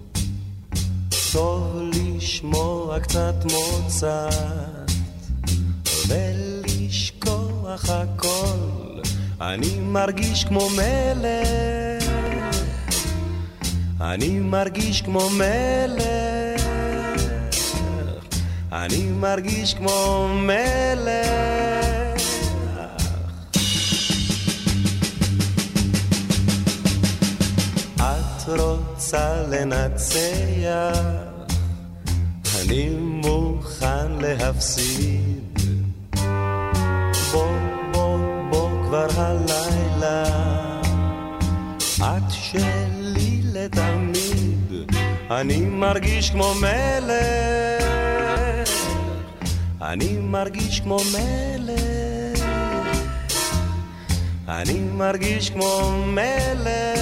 טוב לשמוע קצת מוצאת ולשכוח הכל, אני מרגיש כמו מלך, אני מרגיש כמו מלך, אני מרגיש כמו מלך, רוצה לנצח, אני מוכן להפסיד. בוא כבר הלילה, את שלי לתמיד. אני מרגיש כמו מלך, אני מרגיש כמו מלך, אני מרגיש כמו מלך.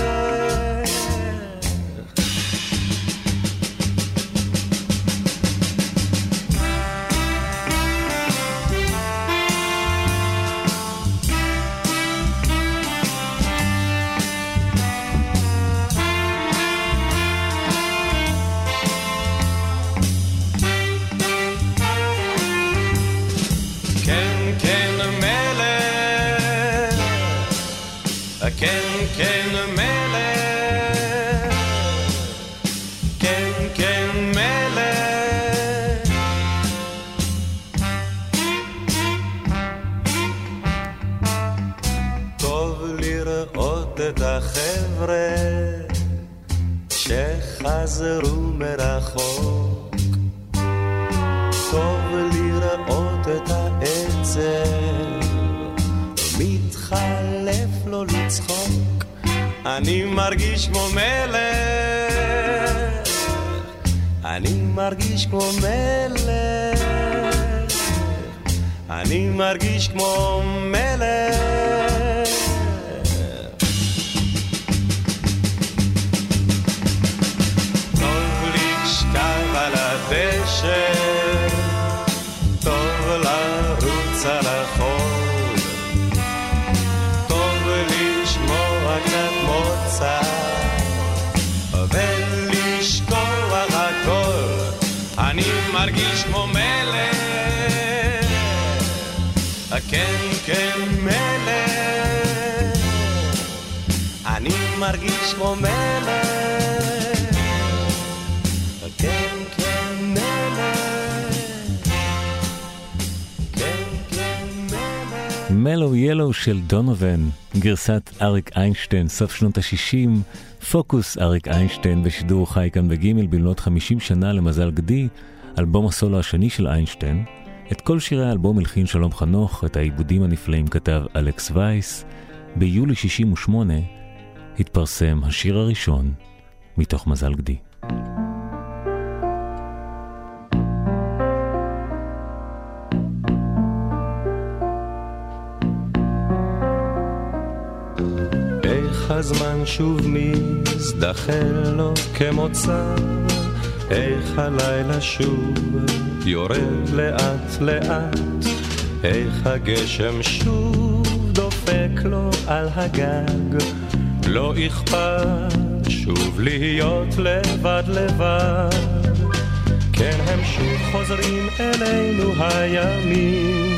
שחזרו מרחוק, טוב לראות את העצב מתחלף לו לצחוק. אני מרגיש כמו מלך, אני מרגיש כמו מלך, אני מרגיש כמו מלך. דשא, טוב לרוץ על החול, טוב לשמוע קצת מוצא ולשכוח הכל. אני מרגיש כמו מלך, כן כן מלך, אני מרגיש כמו מלך, כן מלו ילו של דונובן, גרסת אריק איינשטיין, סוף שנות ה-60, פוקוס אריק איינשטיין בשידור חי כאן בגימל במלאת 50 שנה למזל גדי, אלבום הסולו השני של איינשטיין. את כל שירי האלבום הלחין שלום חנוך, את העיבודים הנפלאים כתב אלכס וייס. ביולי 68 התפרסם השיר הראשון מתוך מזל גדי. הזמן שוב מזדחל לו כמוצא, איך הלילה שוב יורד לאט לאט, איך הגשם שוב דופק לו על הגג. לא אכפת שוב להיות לבד לבד, כן הם שוב חוזרים אלינו הימים,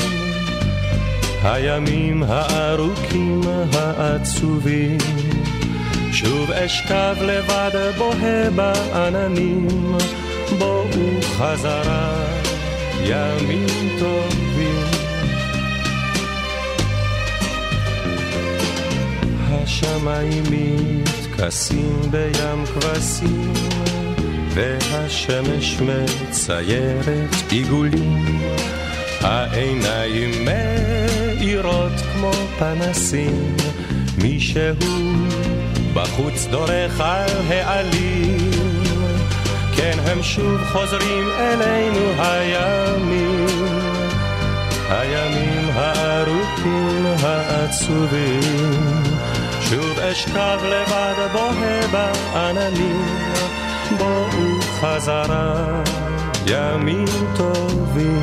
הימים הארוכים העצובים. שוב אשכב לבד בוהה בעננים, בואו חזרה ימים טובים. השמיים מתכסים בים כבשים, והשמש מציירת עיגולים, העיניים מאירות כמו פנסים, מישהו בחוץ דורך על העלים. כן הם שוב חוזרים אלינו הימים, הימים הארוכים העצובים. שוב אשכב לבד בוהה בעננים, בואו חזרה ימים טובים.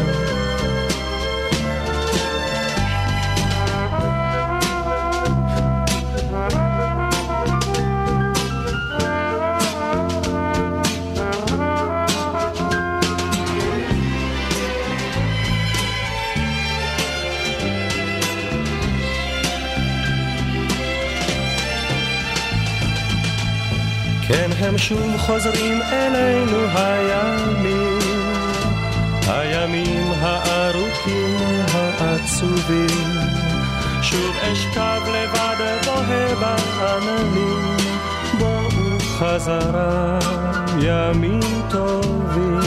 כן הם שוב חוזרים אלינו הימים, הימים הארוכים העצובים. שוב אשכב לבד בוהה בעננים, בואו ובחזרה ימים טובים.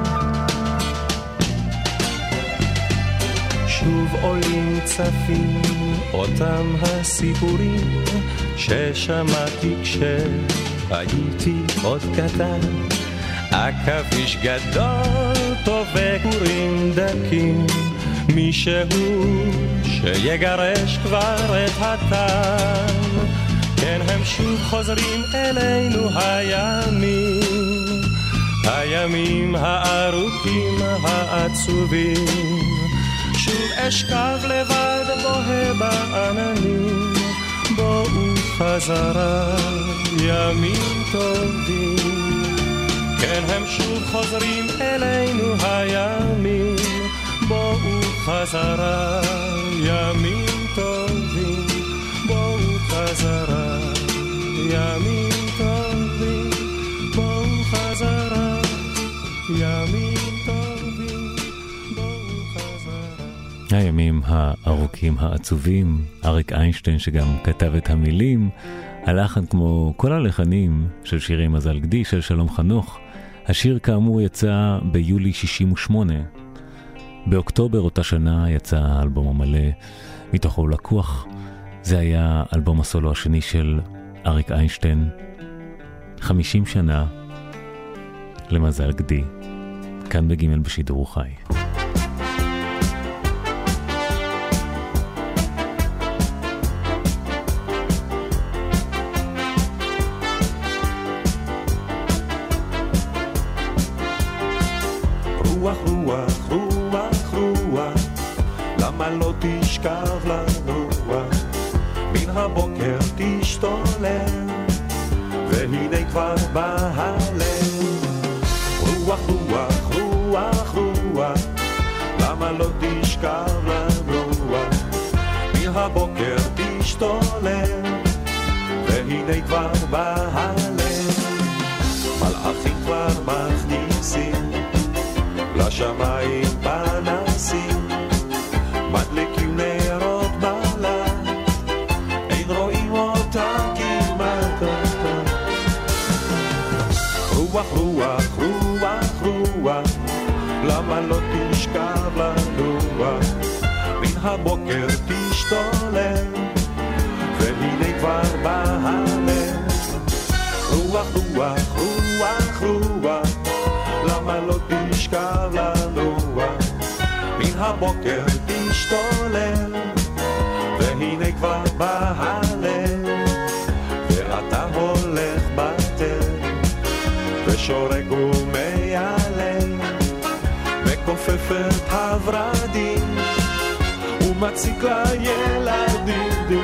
שוב עולים צפים אותם הסיפורים ששמעתי כשהייתי עוד קטן. עכביש גדול טובה גורים דקים, מישהו שיגרש כבר את הטעם. כן, הם שוב חוזרים אלינו הימים, הימים הארוכים העצובים. שוב אשכב לבד בוהה בעננים, בואו חזרה ימים טובים. כן, הם שוב חוזרים אלינו הימים, בואו חזרה ימים טובים. בואו חזרה ימים טובים, בואו חזרה ימים טובים, בואו חזרה. הימים הארוכים העצובים, אריק איינשטיין שגם כתב את המילים, הלחן כמו כל הלחנים של שירי מזל גדי של שלום חנוך. השיר כאמור יצא ביולי 68. באוקטובר אותה שנה יצא האלבום המלא מתוכו לקוח. זה היה אלבום הסולו השני של אריק איינשטיין. 50 שנה למזל גדי, כאן בגימל בשידור חי. רוח רוח רוח רוח, למה לא תשכב לנוח? מן הבוקר תשתולל, והנה כבר בא הליל. רוח רוח רוח רוח, למה לא תשכב לנוח? מן הבוקר תשתולל, והנה כבר בא הליל. מלאכים כבר מכניסים לשמיים פנסים, מדליקים נרות בלט, אין רואים אותם כמעט. רוח רוח רוח רוח, למה לא תשכב לנוח? מן הבוקר תשתולל, והנה כבר בא הליל. רוח רוח רוח רוח, למה לא תשכב לנוח? מן הבוקר תשתולל, והנה כבר בא הליל. ואתה הולך בטל ושורק ומיילל, מכופף את הורדים ומציק לילדים.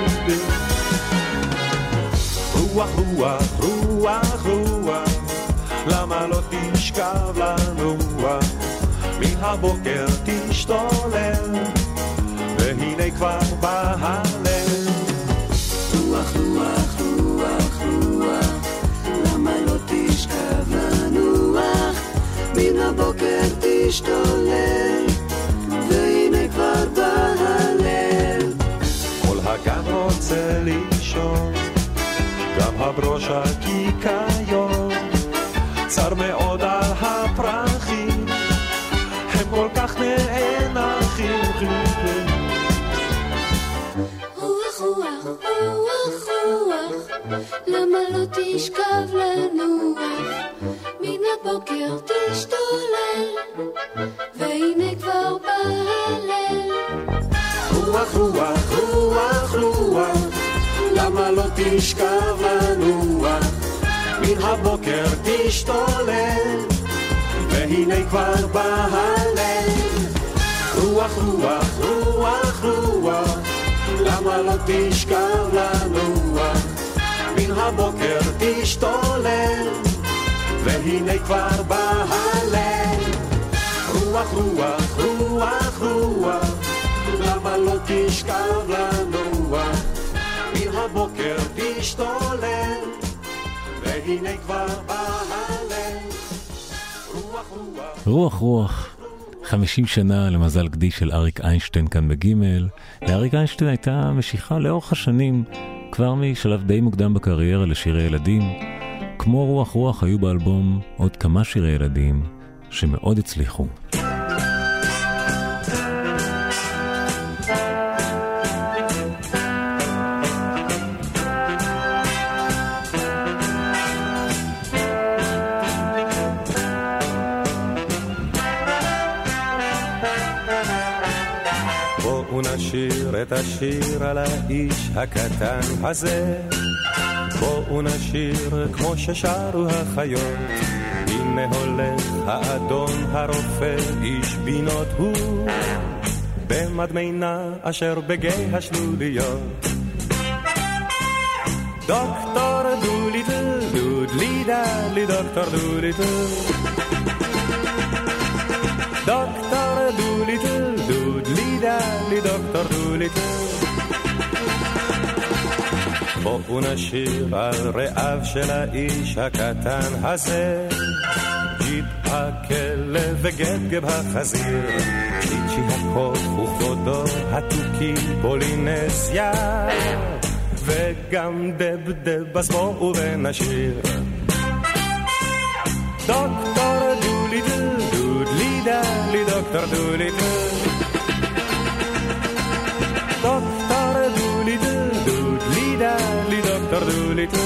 רוח רוח רוח רוח, למה לא תשכב לנוח? מן הבוקר תשתולל, והנה כבר בא הליל. רוח רוח רוח רוח, למה לא תשכב לנוח? מן הבוקר תשתולל, והנה כבר בא הליל. כל הגן רוצה לישון, גם הברוש הקיקיון, צר מאוד על הפרחים, הם כל כך נאנחים. רוח רוח רוח רוח, למה לא תשכב לנוח? מן הבוקר תשתולל, והנה כבר בא הליל. רוח רוח רוח רוח, למה לא תשכב לנוח? מן הבוקר תשתולל, והנה כבר בא הליל. רוח רוח רוח רוח, למה לא תשכב לנוח? מן הבוקר תשתולל, והנה כבר בא הליל. רוח רוח רוח רוח, למה לא תשכב לנוח? מן הבוקר תשתולל, והנה כבר בא הליל. רוח רוח, 50 שנה למזל גדי של אריק איינשטיין כאן בגימל. לאריק איינשטיין הייתה משיכה לאורך השנים, כבר משלב די מוקדם בקריירה, לשירי ילדים, כמו רוח רוח היו באלבום עוד כמה שירי ילדים שמאוד הצליחו. נשיר את השיר על האיש הקטן הזה, בואו נשיר כמו ששרו החיות. הנה הולך האדון הרופא, איש בינות הוא, במדמנה אשר בגיא השלוליות. דוקטור דוליטל, דודלי דלי, דוקטור דוליטל, דוקטור דוליטל, דודלי דלי, דוקטור דוליטל. בואו נשיר על רעיו של האיש הקטן הזה, ג'יפ הכלב וגבגב החזיר, צ'יצ'י הקוף וכבודו התוכי פולינזיה, וגם דבדב, אז בואו ונשיר. דוקטור דוליטל, דודלי דלי, דוקטור דוליטל, דוקטור דוליטל, דודלי דלי, דוקטור דוליטל.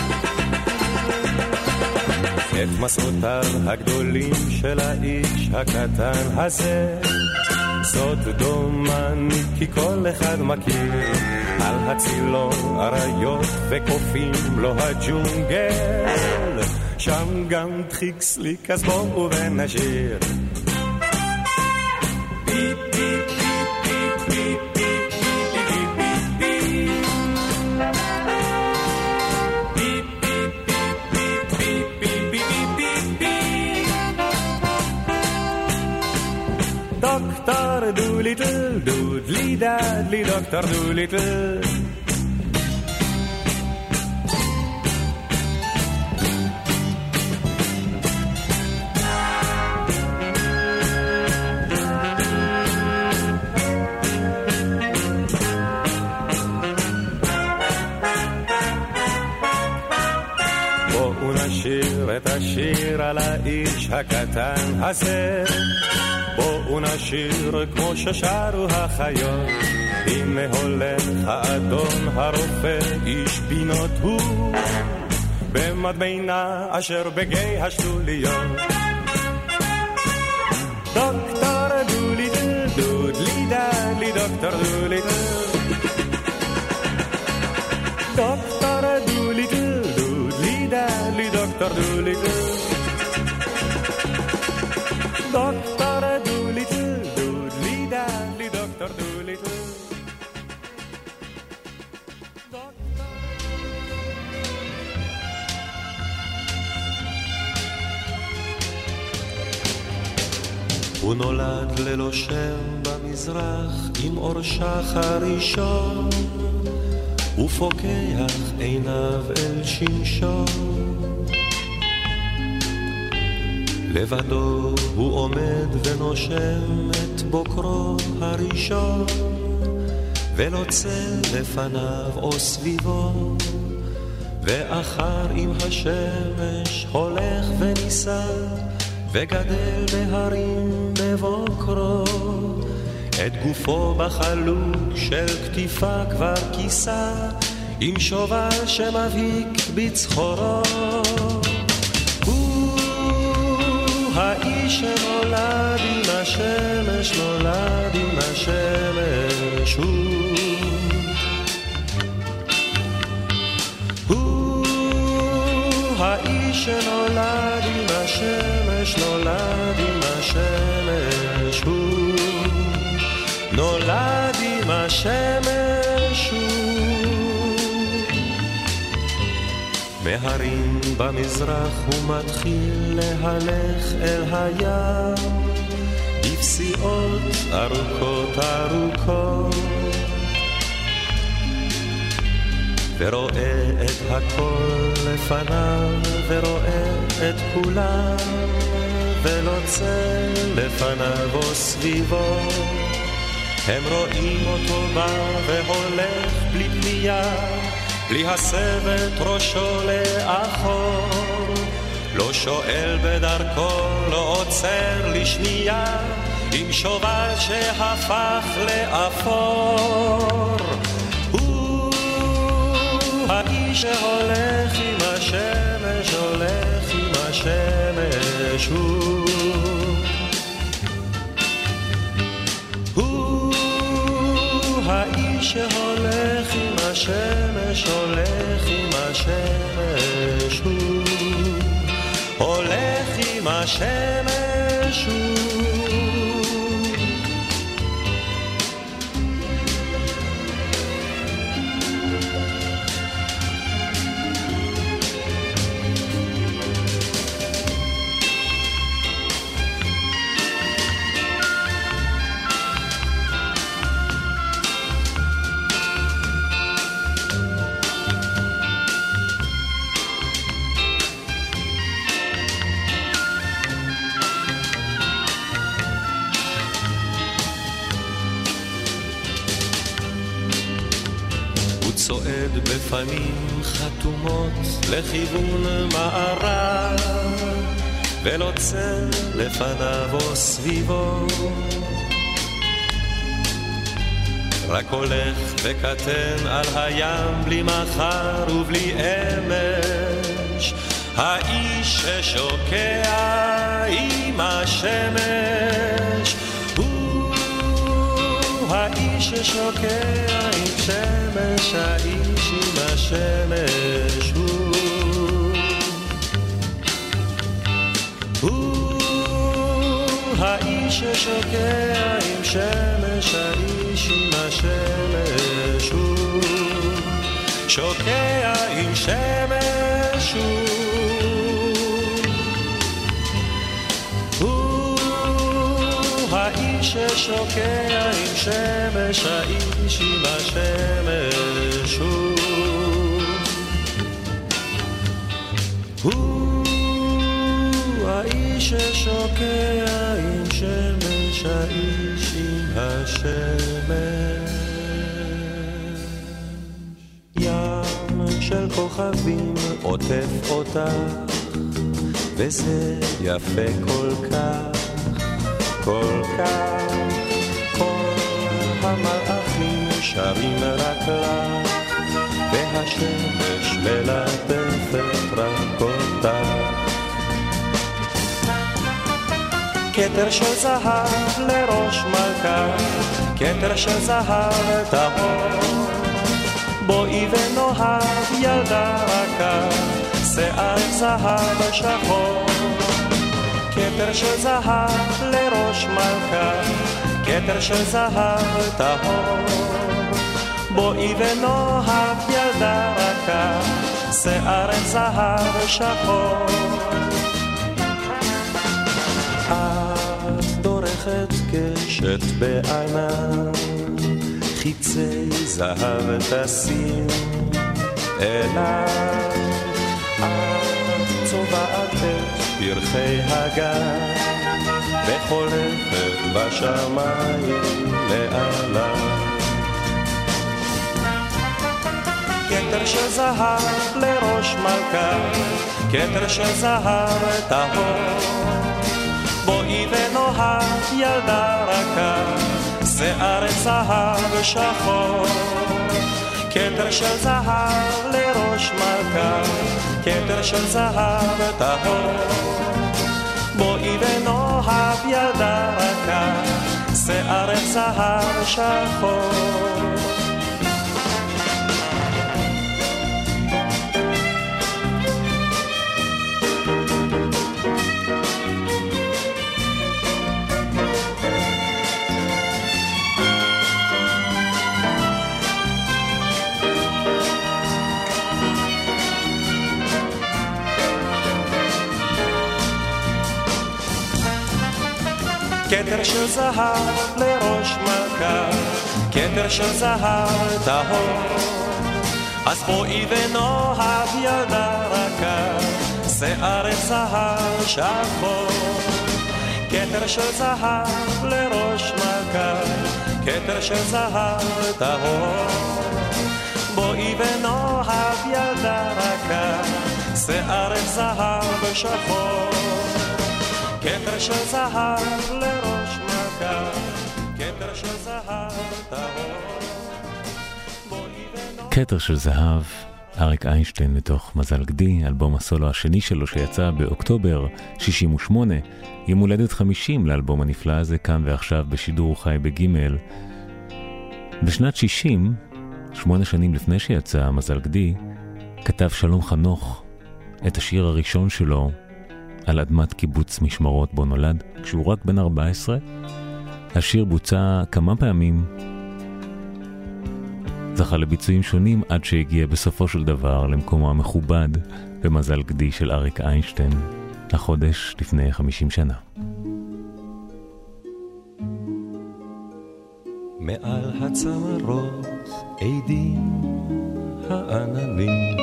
את מסעותיו הגדולים של האיש הקטן הזה, זאת דומני כי כל אחד מכיר, על הצילו אריות וקופים לו הג'ונגל, שם גם דחיקסליק, אז בואו ונשיר. דוקטור דוליטל, דודלי דלי, דוקטור דוליטל. בואו נשיר את השיר על האיש הקטן הזה, בואו נשיר כמו ששרו החיות. הנה הולך האדון הרופא, איש בינות הוא, במדמנה אשר בגיא השלוליות. דוקטור דוליטל, דודלי דלי, דוקטור דוליטל, דוקטור דוליטל, דודלי דלי, דוקטור דוליטל, דוקטור דוליטל, דודלי דלי, דוקטור דוליטל. הוא נולד ללא שם במזרח עם אור שחר ראשון, ופוקח עיניו אל שמשון. לבדו הוא עומד ונושם את בוקרו הראשון, ולא צל לפניו או סביבו, ואחר עם השמש הולך וניסה, וגדל בהרים בבוקרו. את גופו בחלוק של כתיפה כבר כיסה, עם שובל שמבהיק בצחורו. האיש שנולד עם השמש, נולד עם השמש, הוא האיש שנולד עם השמש, נולד עם השמש, הוא נולד עם השמש, מהרים במזרח הוא מתחיל להלך אל הים, בפסיעות ארוכות ארוכות, ורואה את הכל לפניו, ורואה את כולם, ולא צל לפניו או סביבו. הם רואים אותו בא והולך בלי פנייה, בלי הסבת ראשו לאחור. לא שואל בדרכו, לא עוצר לשנייה, עם שובל שהפך לאפור. הוא האיש שהולך עם השמש, הולך עם השמש. הוא האיש שהולך עם השמש, הולך עם השמש. הוא הולך עם השמש. צועד בפנים חתומות לכיוון מערב, ולא צל לפניו או סביבו, רק הולך וקטן על הים בלי מחר ובלי אמש. האיש ששוקע עם השמש, הוא האיש ששוקע עם שמש, האיש עם השמש. הוא האיש ששוקע עם שמש, האיש עם השמש. הוא שוקע עם שמש. הוא האיש ששוקע עם שמש, האיש עם השמש. הוא האיש ששוקע עם שמש, האיש עם השמש. ים של כוכבים עוטף אותך, וזה יפה כל כך, כל כך. כל המלאכים שרים רק לך, והשמש מלטפת רק אותך. כתר של זהב לראש מלכה, כתר של זהב טהור, בואי ונוהב ילדה רכה, שיער זהב שחור. כתר של זהב לראש מלכה, כתר של זהב טהור, בואי ונוהב ילדה רכה, שיער זהב שחור. את דורכת קשת בענן, חיצי זהב תשים אליו. את צובעת את פרחי הגן, וחולפת בשמיים מעליו. כתר של זהב לראש מלכה, כתר של זהב טהור, בואי ונוהב ילדה רכה, שיער זהב שחור. כתר של זהב לראש מלכה, כתר של זהב טהור, בואי ונוהב ילדה רכה, שיער זהב שחור. כתר של זהב לראש מלכה, כתר של זהב טהור, אז בואי ונוהב ילדה רכה, שיער זהב שחור. כתר של זהב לראש מלכה, כתר של זהב טהור, בואי ונוהב ילדה רכה, שיער זהב שחור, כתר של זהב לראש מכה, כתר של זהב טהור. כתר של זהב, אריק איינשטיין מתוך מזל גדי, אלבום הסולו השני שלו שיצא באוקטובר 68, יום הולדת 50 לאלבום הנפלא הזה, כאן ועכשיו בשידור חי בגימל. בשנת 60, 8 שנים לפני שיצא מזל גדי, כתב שלום חנוך את השיר הראשון שלו על אדמת קיבוץ משמרות בו נולד, כשהוא רק בן 14. השיר בוצע כמה פעמים, זכה לביצועים שונים עד שהגיע בסופו של דבר למקומו המכובד במזל גדי של אריק איינשטיין, החודש לפני 50 שנה. מעל הצמרות עדים העננים,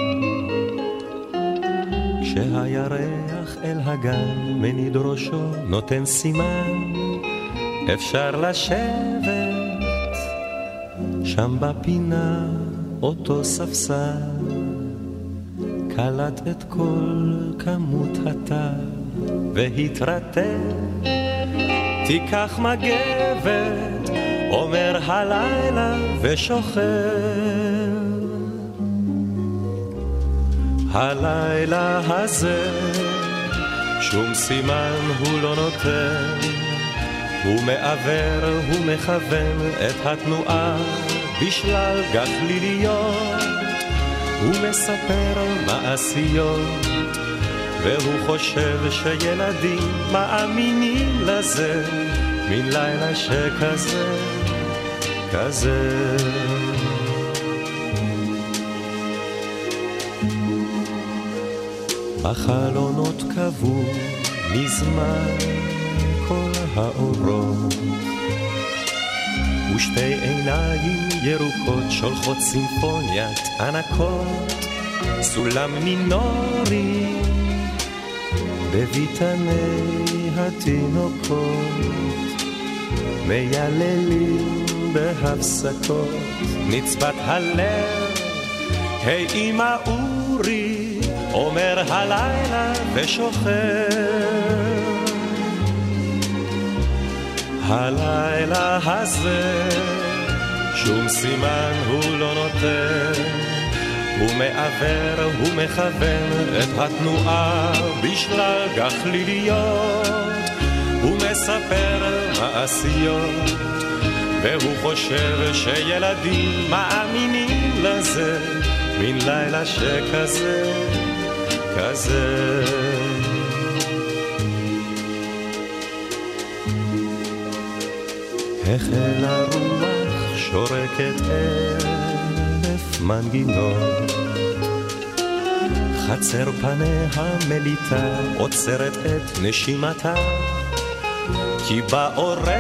כשהירח אל הגן מניד ראשו נותן סימן, אפשר לשבת שם בפינה אותו ספסל, קלט את כל כמות התא והתרתק, תיקח מגבת אומר הלילה ושוכר. הלילה הזה שום סימן הוא לא נותן, הוא מעבר, הוא מכוון את התנועה בשלל גחליליות, הוא מספר מעשיות והוא חושב שילדים מאמינים לזה, מן לילה שכזה כזה. בחלונות קבעו מזמן כל האורות, ושתי עיניים ירוקות שולחות סימפוניית ענקות, סולם מינורי בביתני התינוקות, מייללים בהפסקות, נצבת הלב, היי אמא אורי, אומר הלילה ושוכר. הלילה הזה שום סימן הוא לא נותן, הוא מעבר, הוא מכוון את התנועה בשלל גחליליות, הוא מספר מעשיות והוא חושב שילדים מאמינים לזה, מן לילה שכזה כזה. החל הרוח שורקת 1000 מנגינות, חצר פניה מליטה עוצרת את נשימתה, כי באורח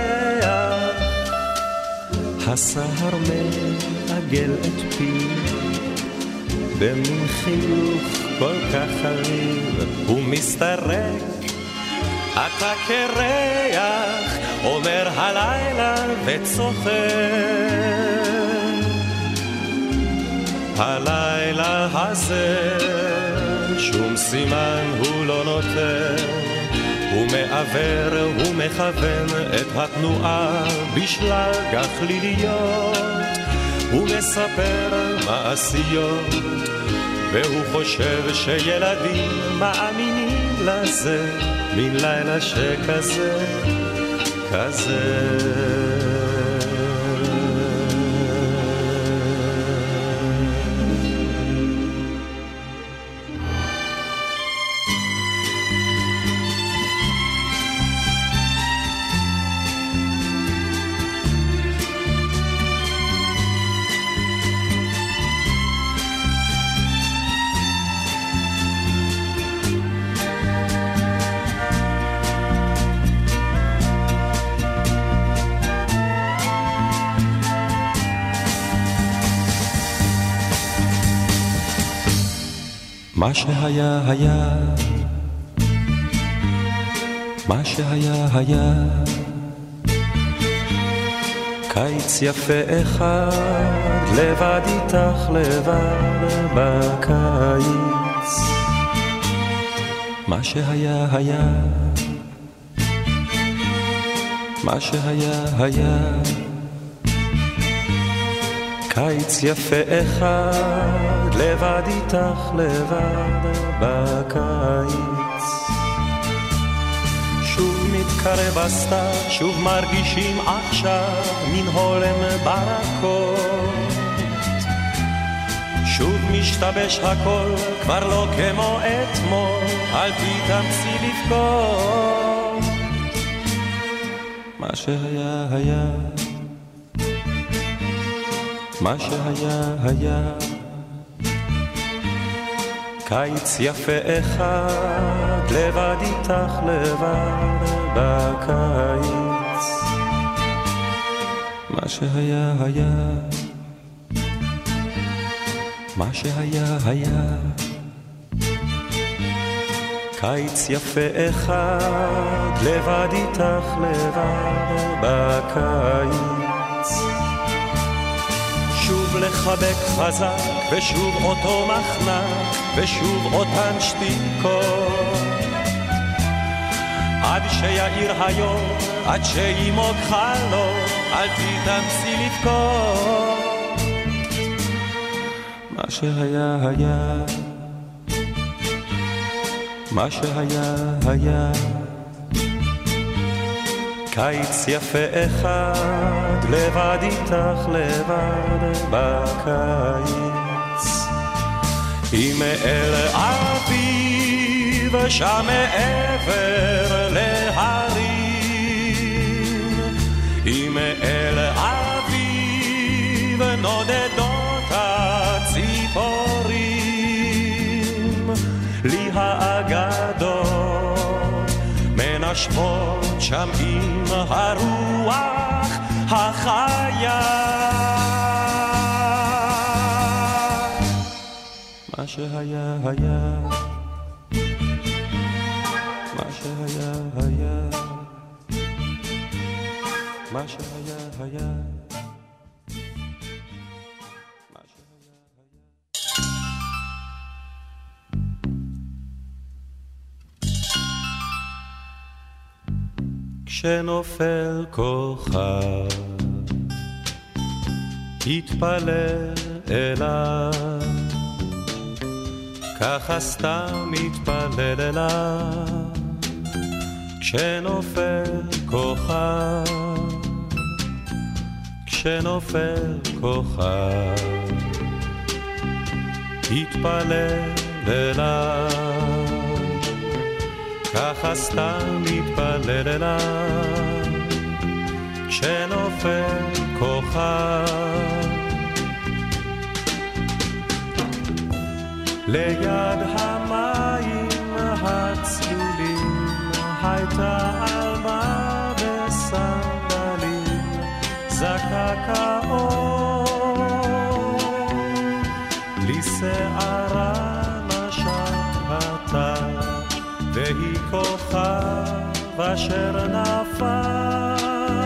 הסהר מעגל את פי במין חיוך כל כך חריב, הוא מסתרק אתה כריח, אומר הלילה וצוחק. הלילה הזה שום סימן הוא לא נותן, הוא מעבר, הוא מכוון את התנועה בשלל גחליליות, הוא מספר מעשיות והוא חושב שילדים מאמינים לזה, מן לילה שכזה כזה. מה שהיה היה, מה שהיה היה, קיץ יפה אחד, לבד איתך לבד בקיץ, מה שהיה היה, מה שהיה היה, קיץ יפה אחד, לבד איתך לבד בקיץ. שוב מתקרב הסתיו, שוב מרגישים עכשיו מן הולם ברקות. שוב משתבש הכל, כבר לא כמו אתמול, אל תתאמצי לבכות. מה שהיה היה, מה שהיה היה, קיץ יפה אחד, לבד איתך לבד בקיץ. מה שהיה היה, מה שהיה היה, קיץ יפה אחד, לבד איתך לבד בקיץ. שוב לחבק חזק, ושוב אותו מחנק, ושוב אותן שתיקות, עד שיעיר היום, עד שימוג חלום, אל תתאמצי לבכות. מה שהיה היה, מה שהיה היה, קיץ יפה אחד, לבד איתך לבד בקיץ. אם אל אביב שם מעבר להרים, אם אל אביב נודדות הציפורים, לי האגדות מנשבות שם עם הרוח החיה. מה שהיה היה, מה שהיה היה, מה שהיה היה, מה שהיה היה. כשנופל כוכב התפלל אליו, ככה סתם מתפלל אליו. כשנופל כוכב, כשנופל כוכב התפלל אליו, ככה סתם מתפלל אליו. כשנופל כוכב ליד המים הצלולים, הייתה עלמה בסנדלים, זקק האור, לי שערה נשקתה, והיא כוכב אשר נפל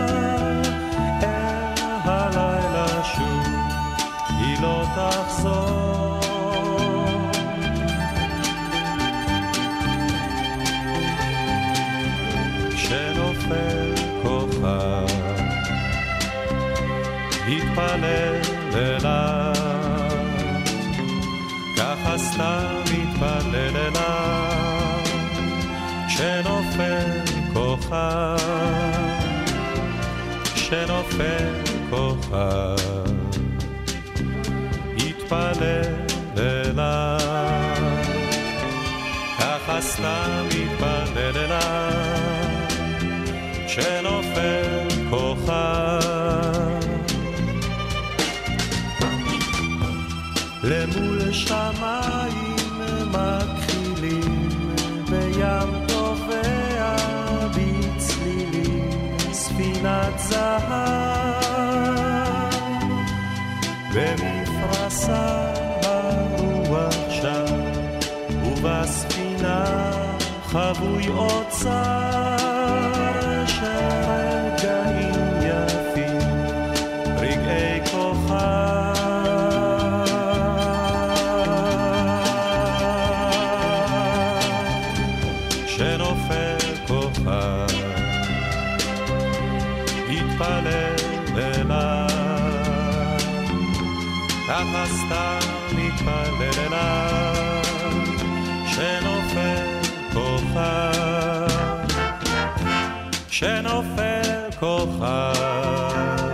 אל הלילה שוב, היא לא תחזור. כשנופל כוכב התפלל אליו, ככה סתם התפלל אליו. כשנופל כוכב, כשנופל כוכב התפלל אליו, ככה סתם התפלל אליו. כשנופל כוכב למול שמיים מקחילים, בים טובע בצלילים ספינת זהב, במפרסה הרוח שם, ובספינה חבוי אוצר של רגעים יפים, רגעי כוכב. ככה סתם מתפלל אליו, שנופל כוכב, שנופל כוכב,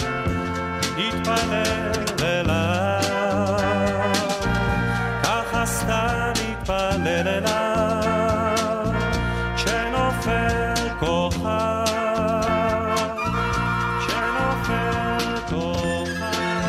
התפלל אליו, ככה סתם מתפלל אליו, שנופל כוכב, שנופל כוכב.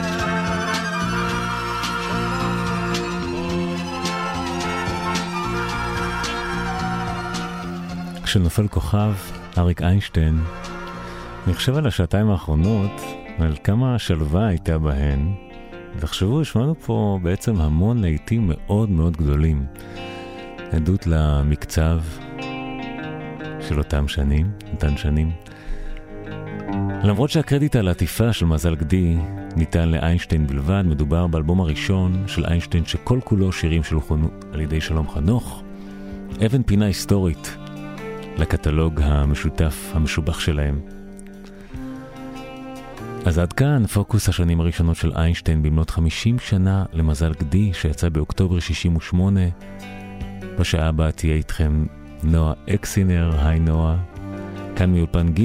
כשנופל כוכב, אריק איינשטיין, אני חושב על השעתיים האחרונות, על כמה שלווה הייתה בהן, ותחשבו, השמענו פה בעצם המון לעיתים מאוד מאוד גדולים. עדות למקצב של אותם שנים. למרות שהקרדיט על העטיפה של מזל גדי ניתן לאיינשטיין בלבד, מדובר באלבום הראשון של איינשטיין שכל כולו שירים שלוחנו על ידי שלום חנוך, אבן פינה היסטורית לקטלוג המשותף המשובח שלהם. אז עד כאן פוקוס השנים הראשונות של איינשטיין במלאת 50 שנה למזל גדי, שיצא באוקטובר 68. בשעה הבאה תהיה איתכם נועה אקסינר. היי נועה, כאן מאולפן ג',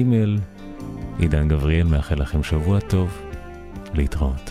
עידן גבריאל מאחל לכם שבוע טוב, להתראות.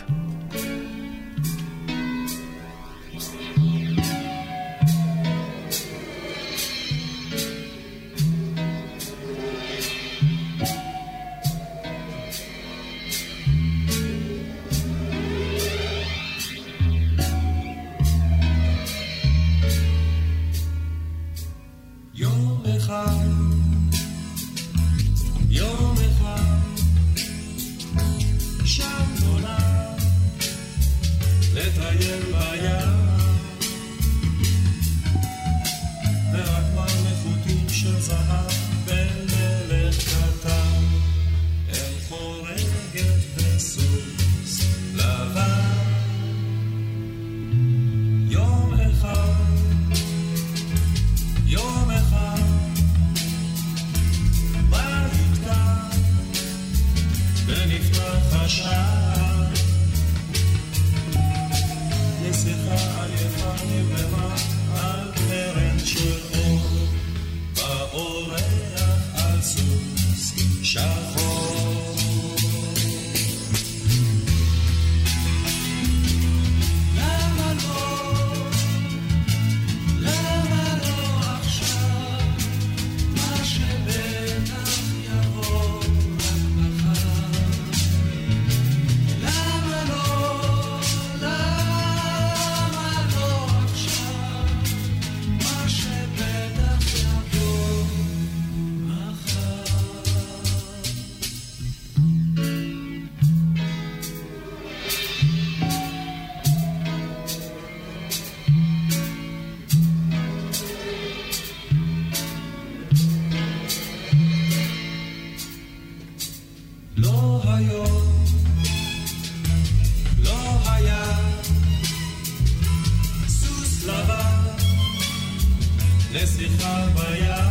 לשיחה ביד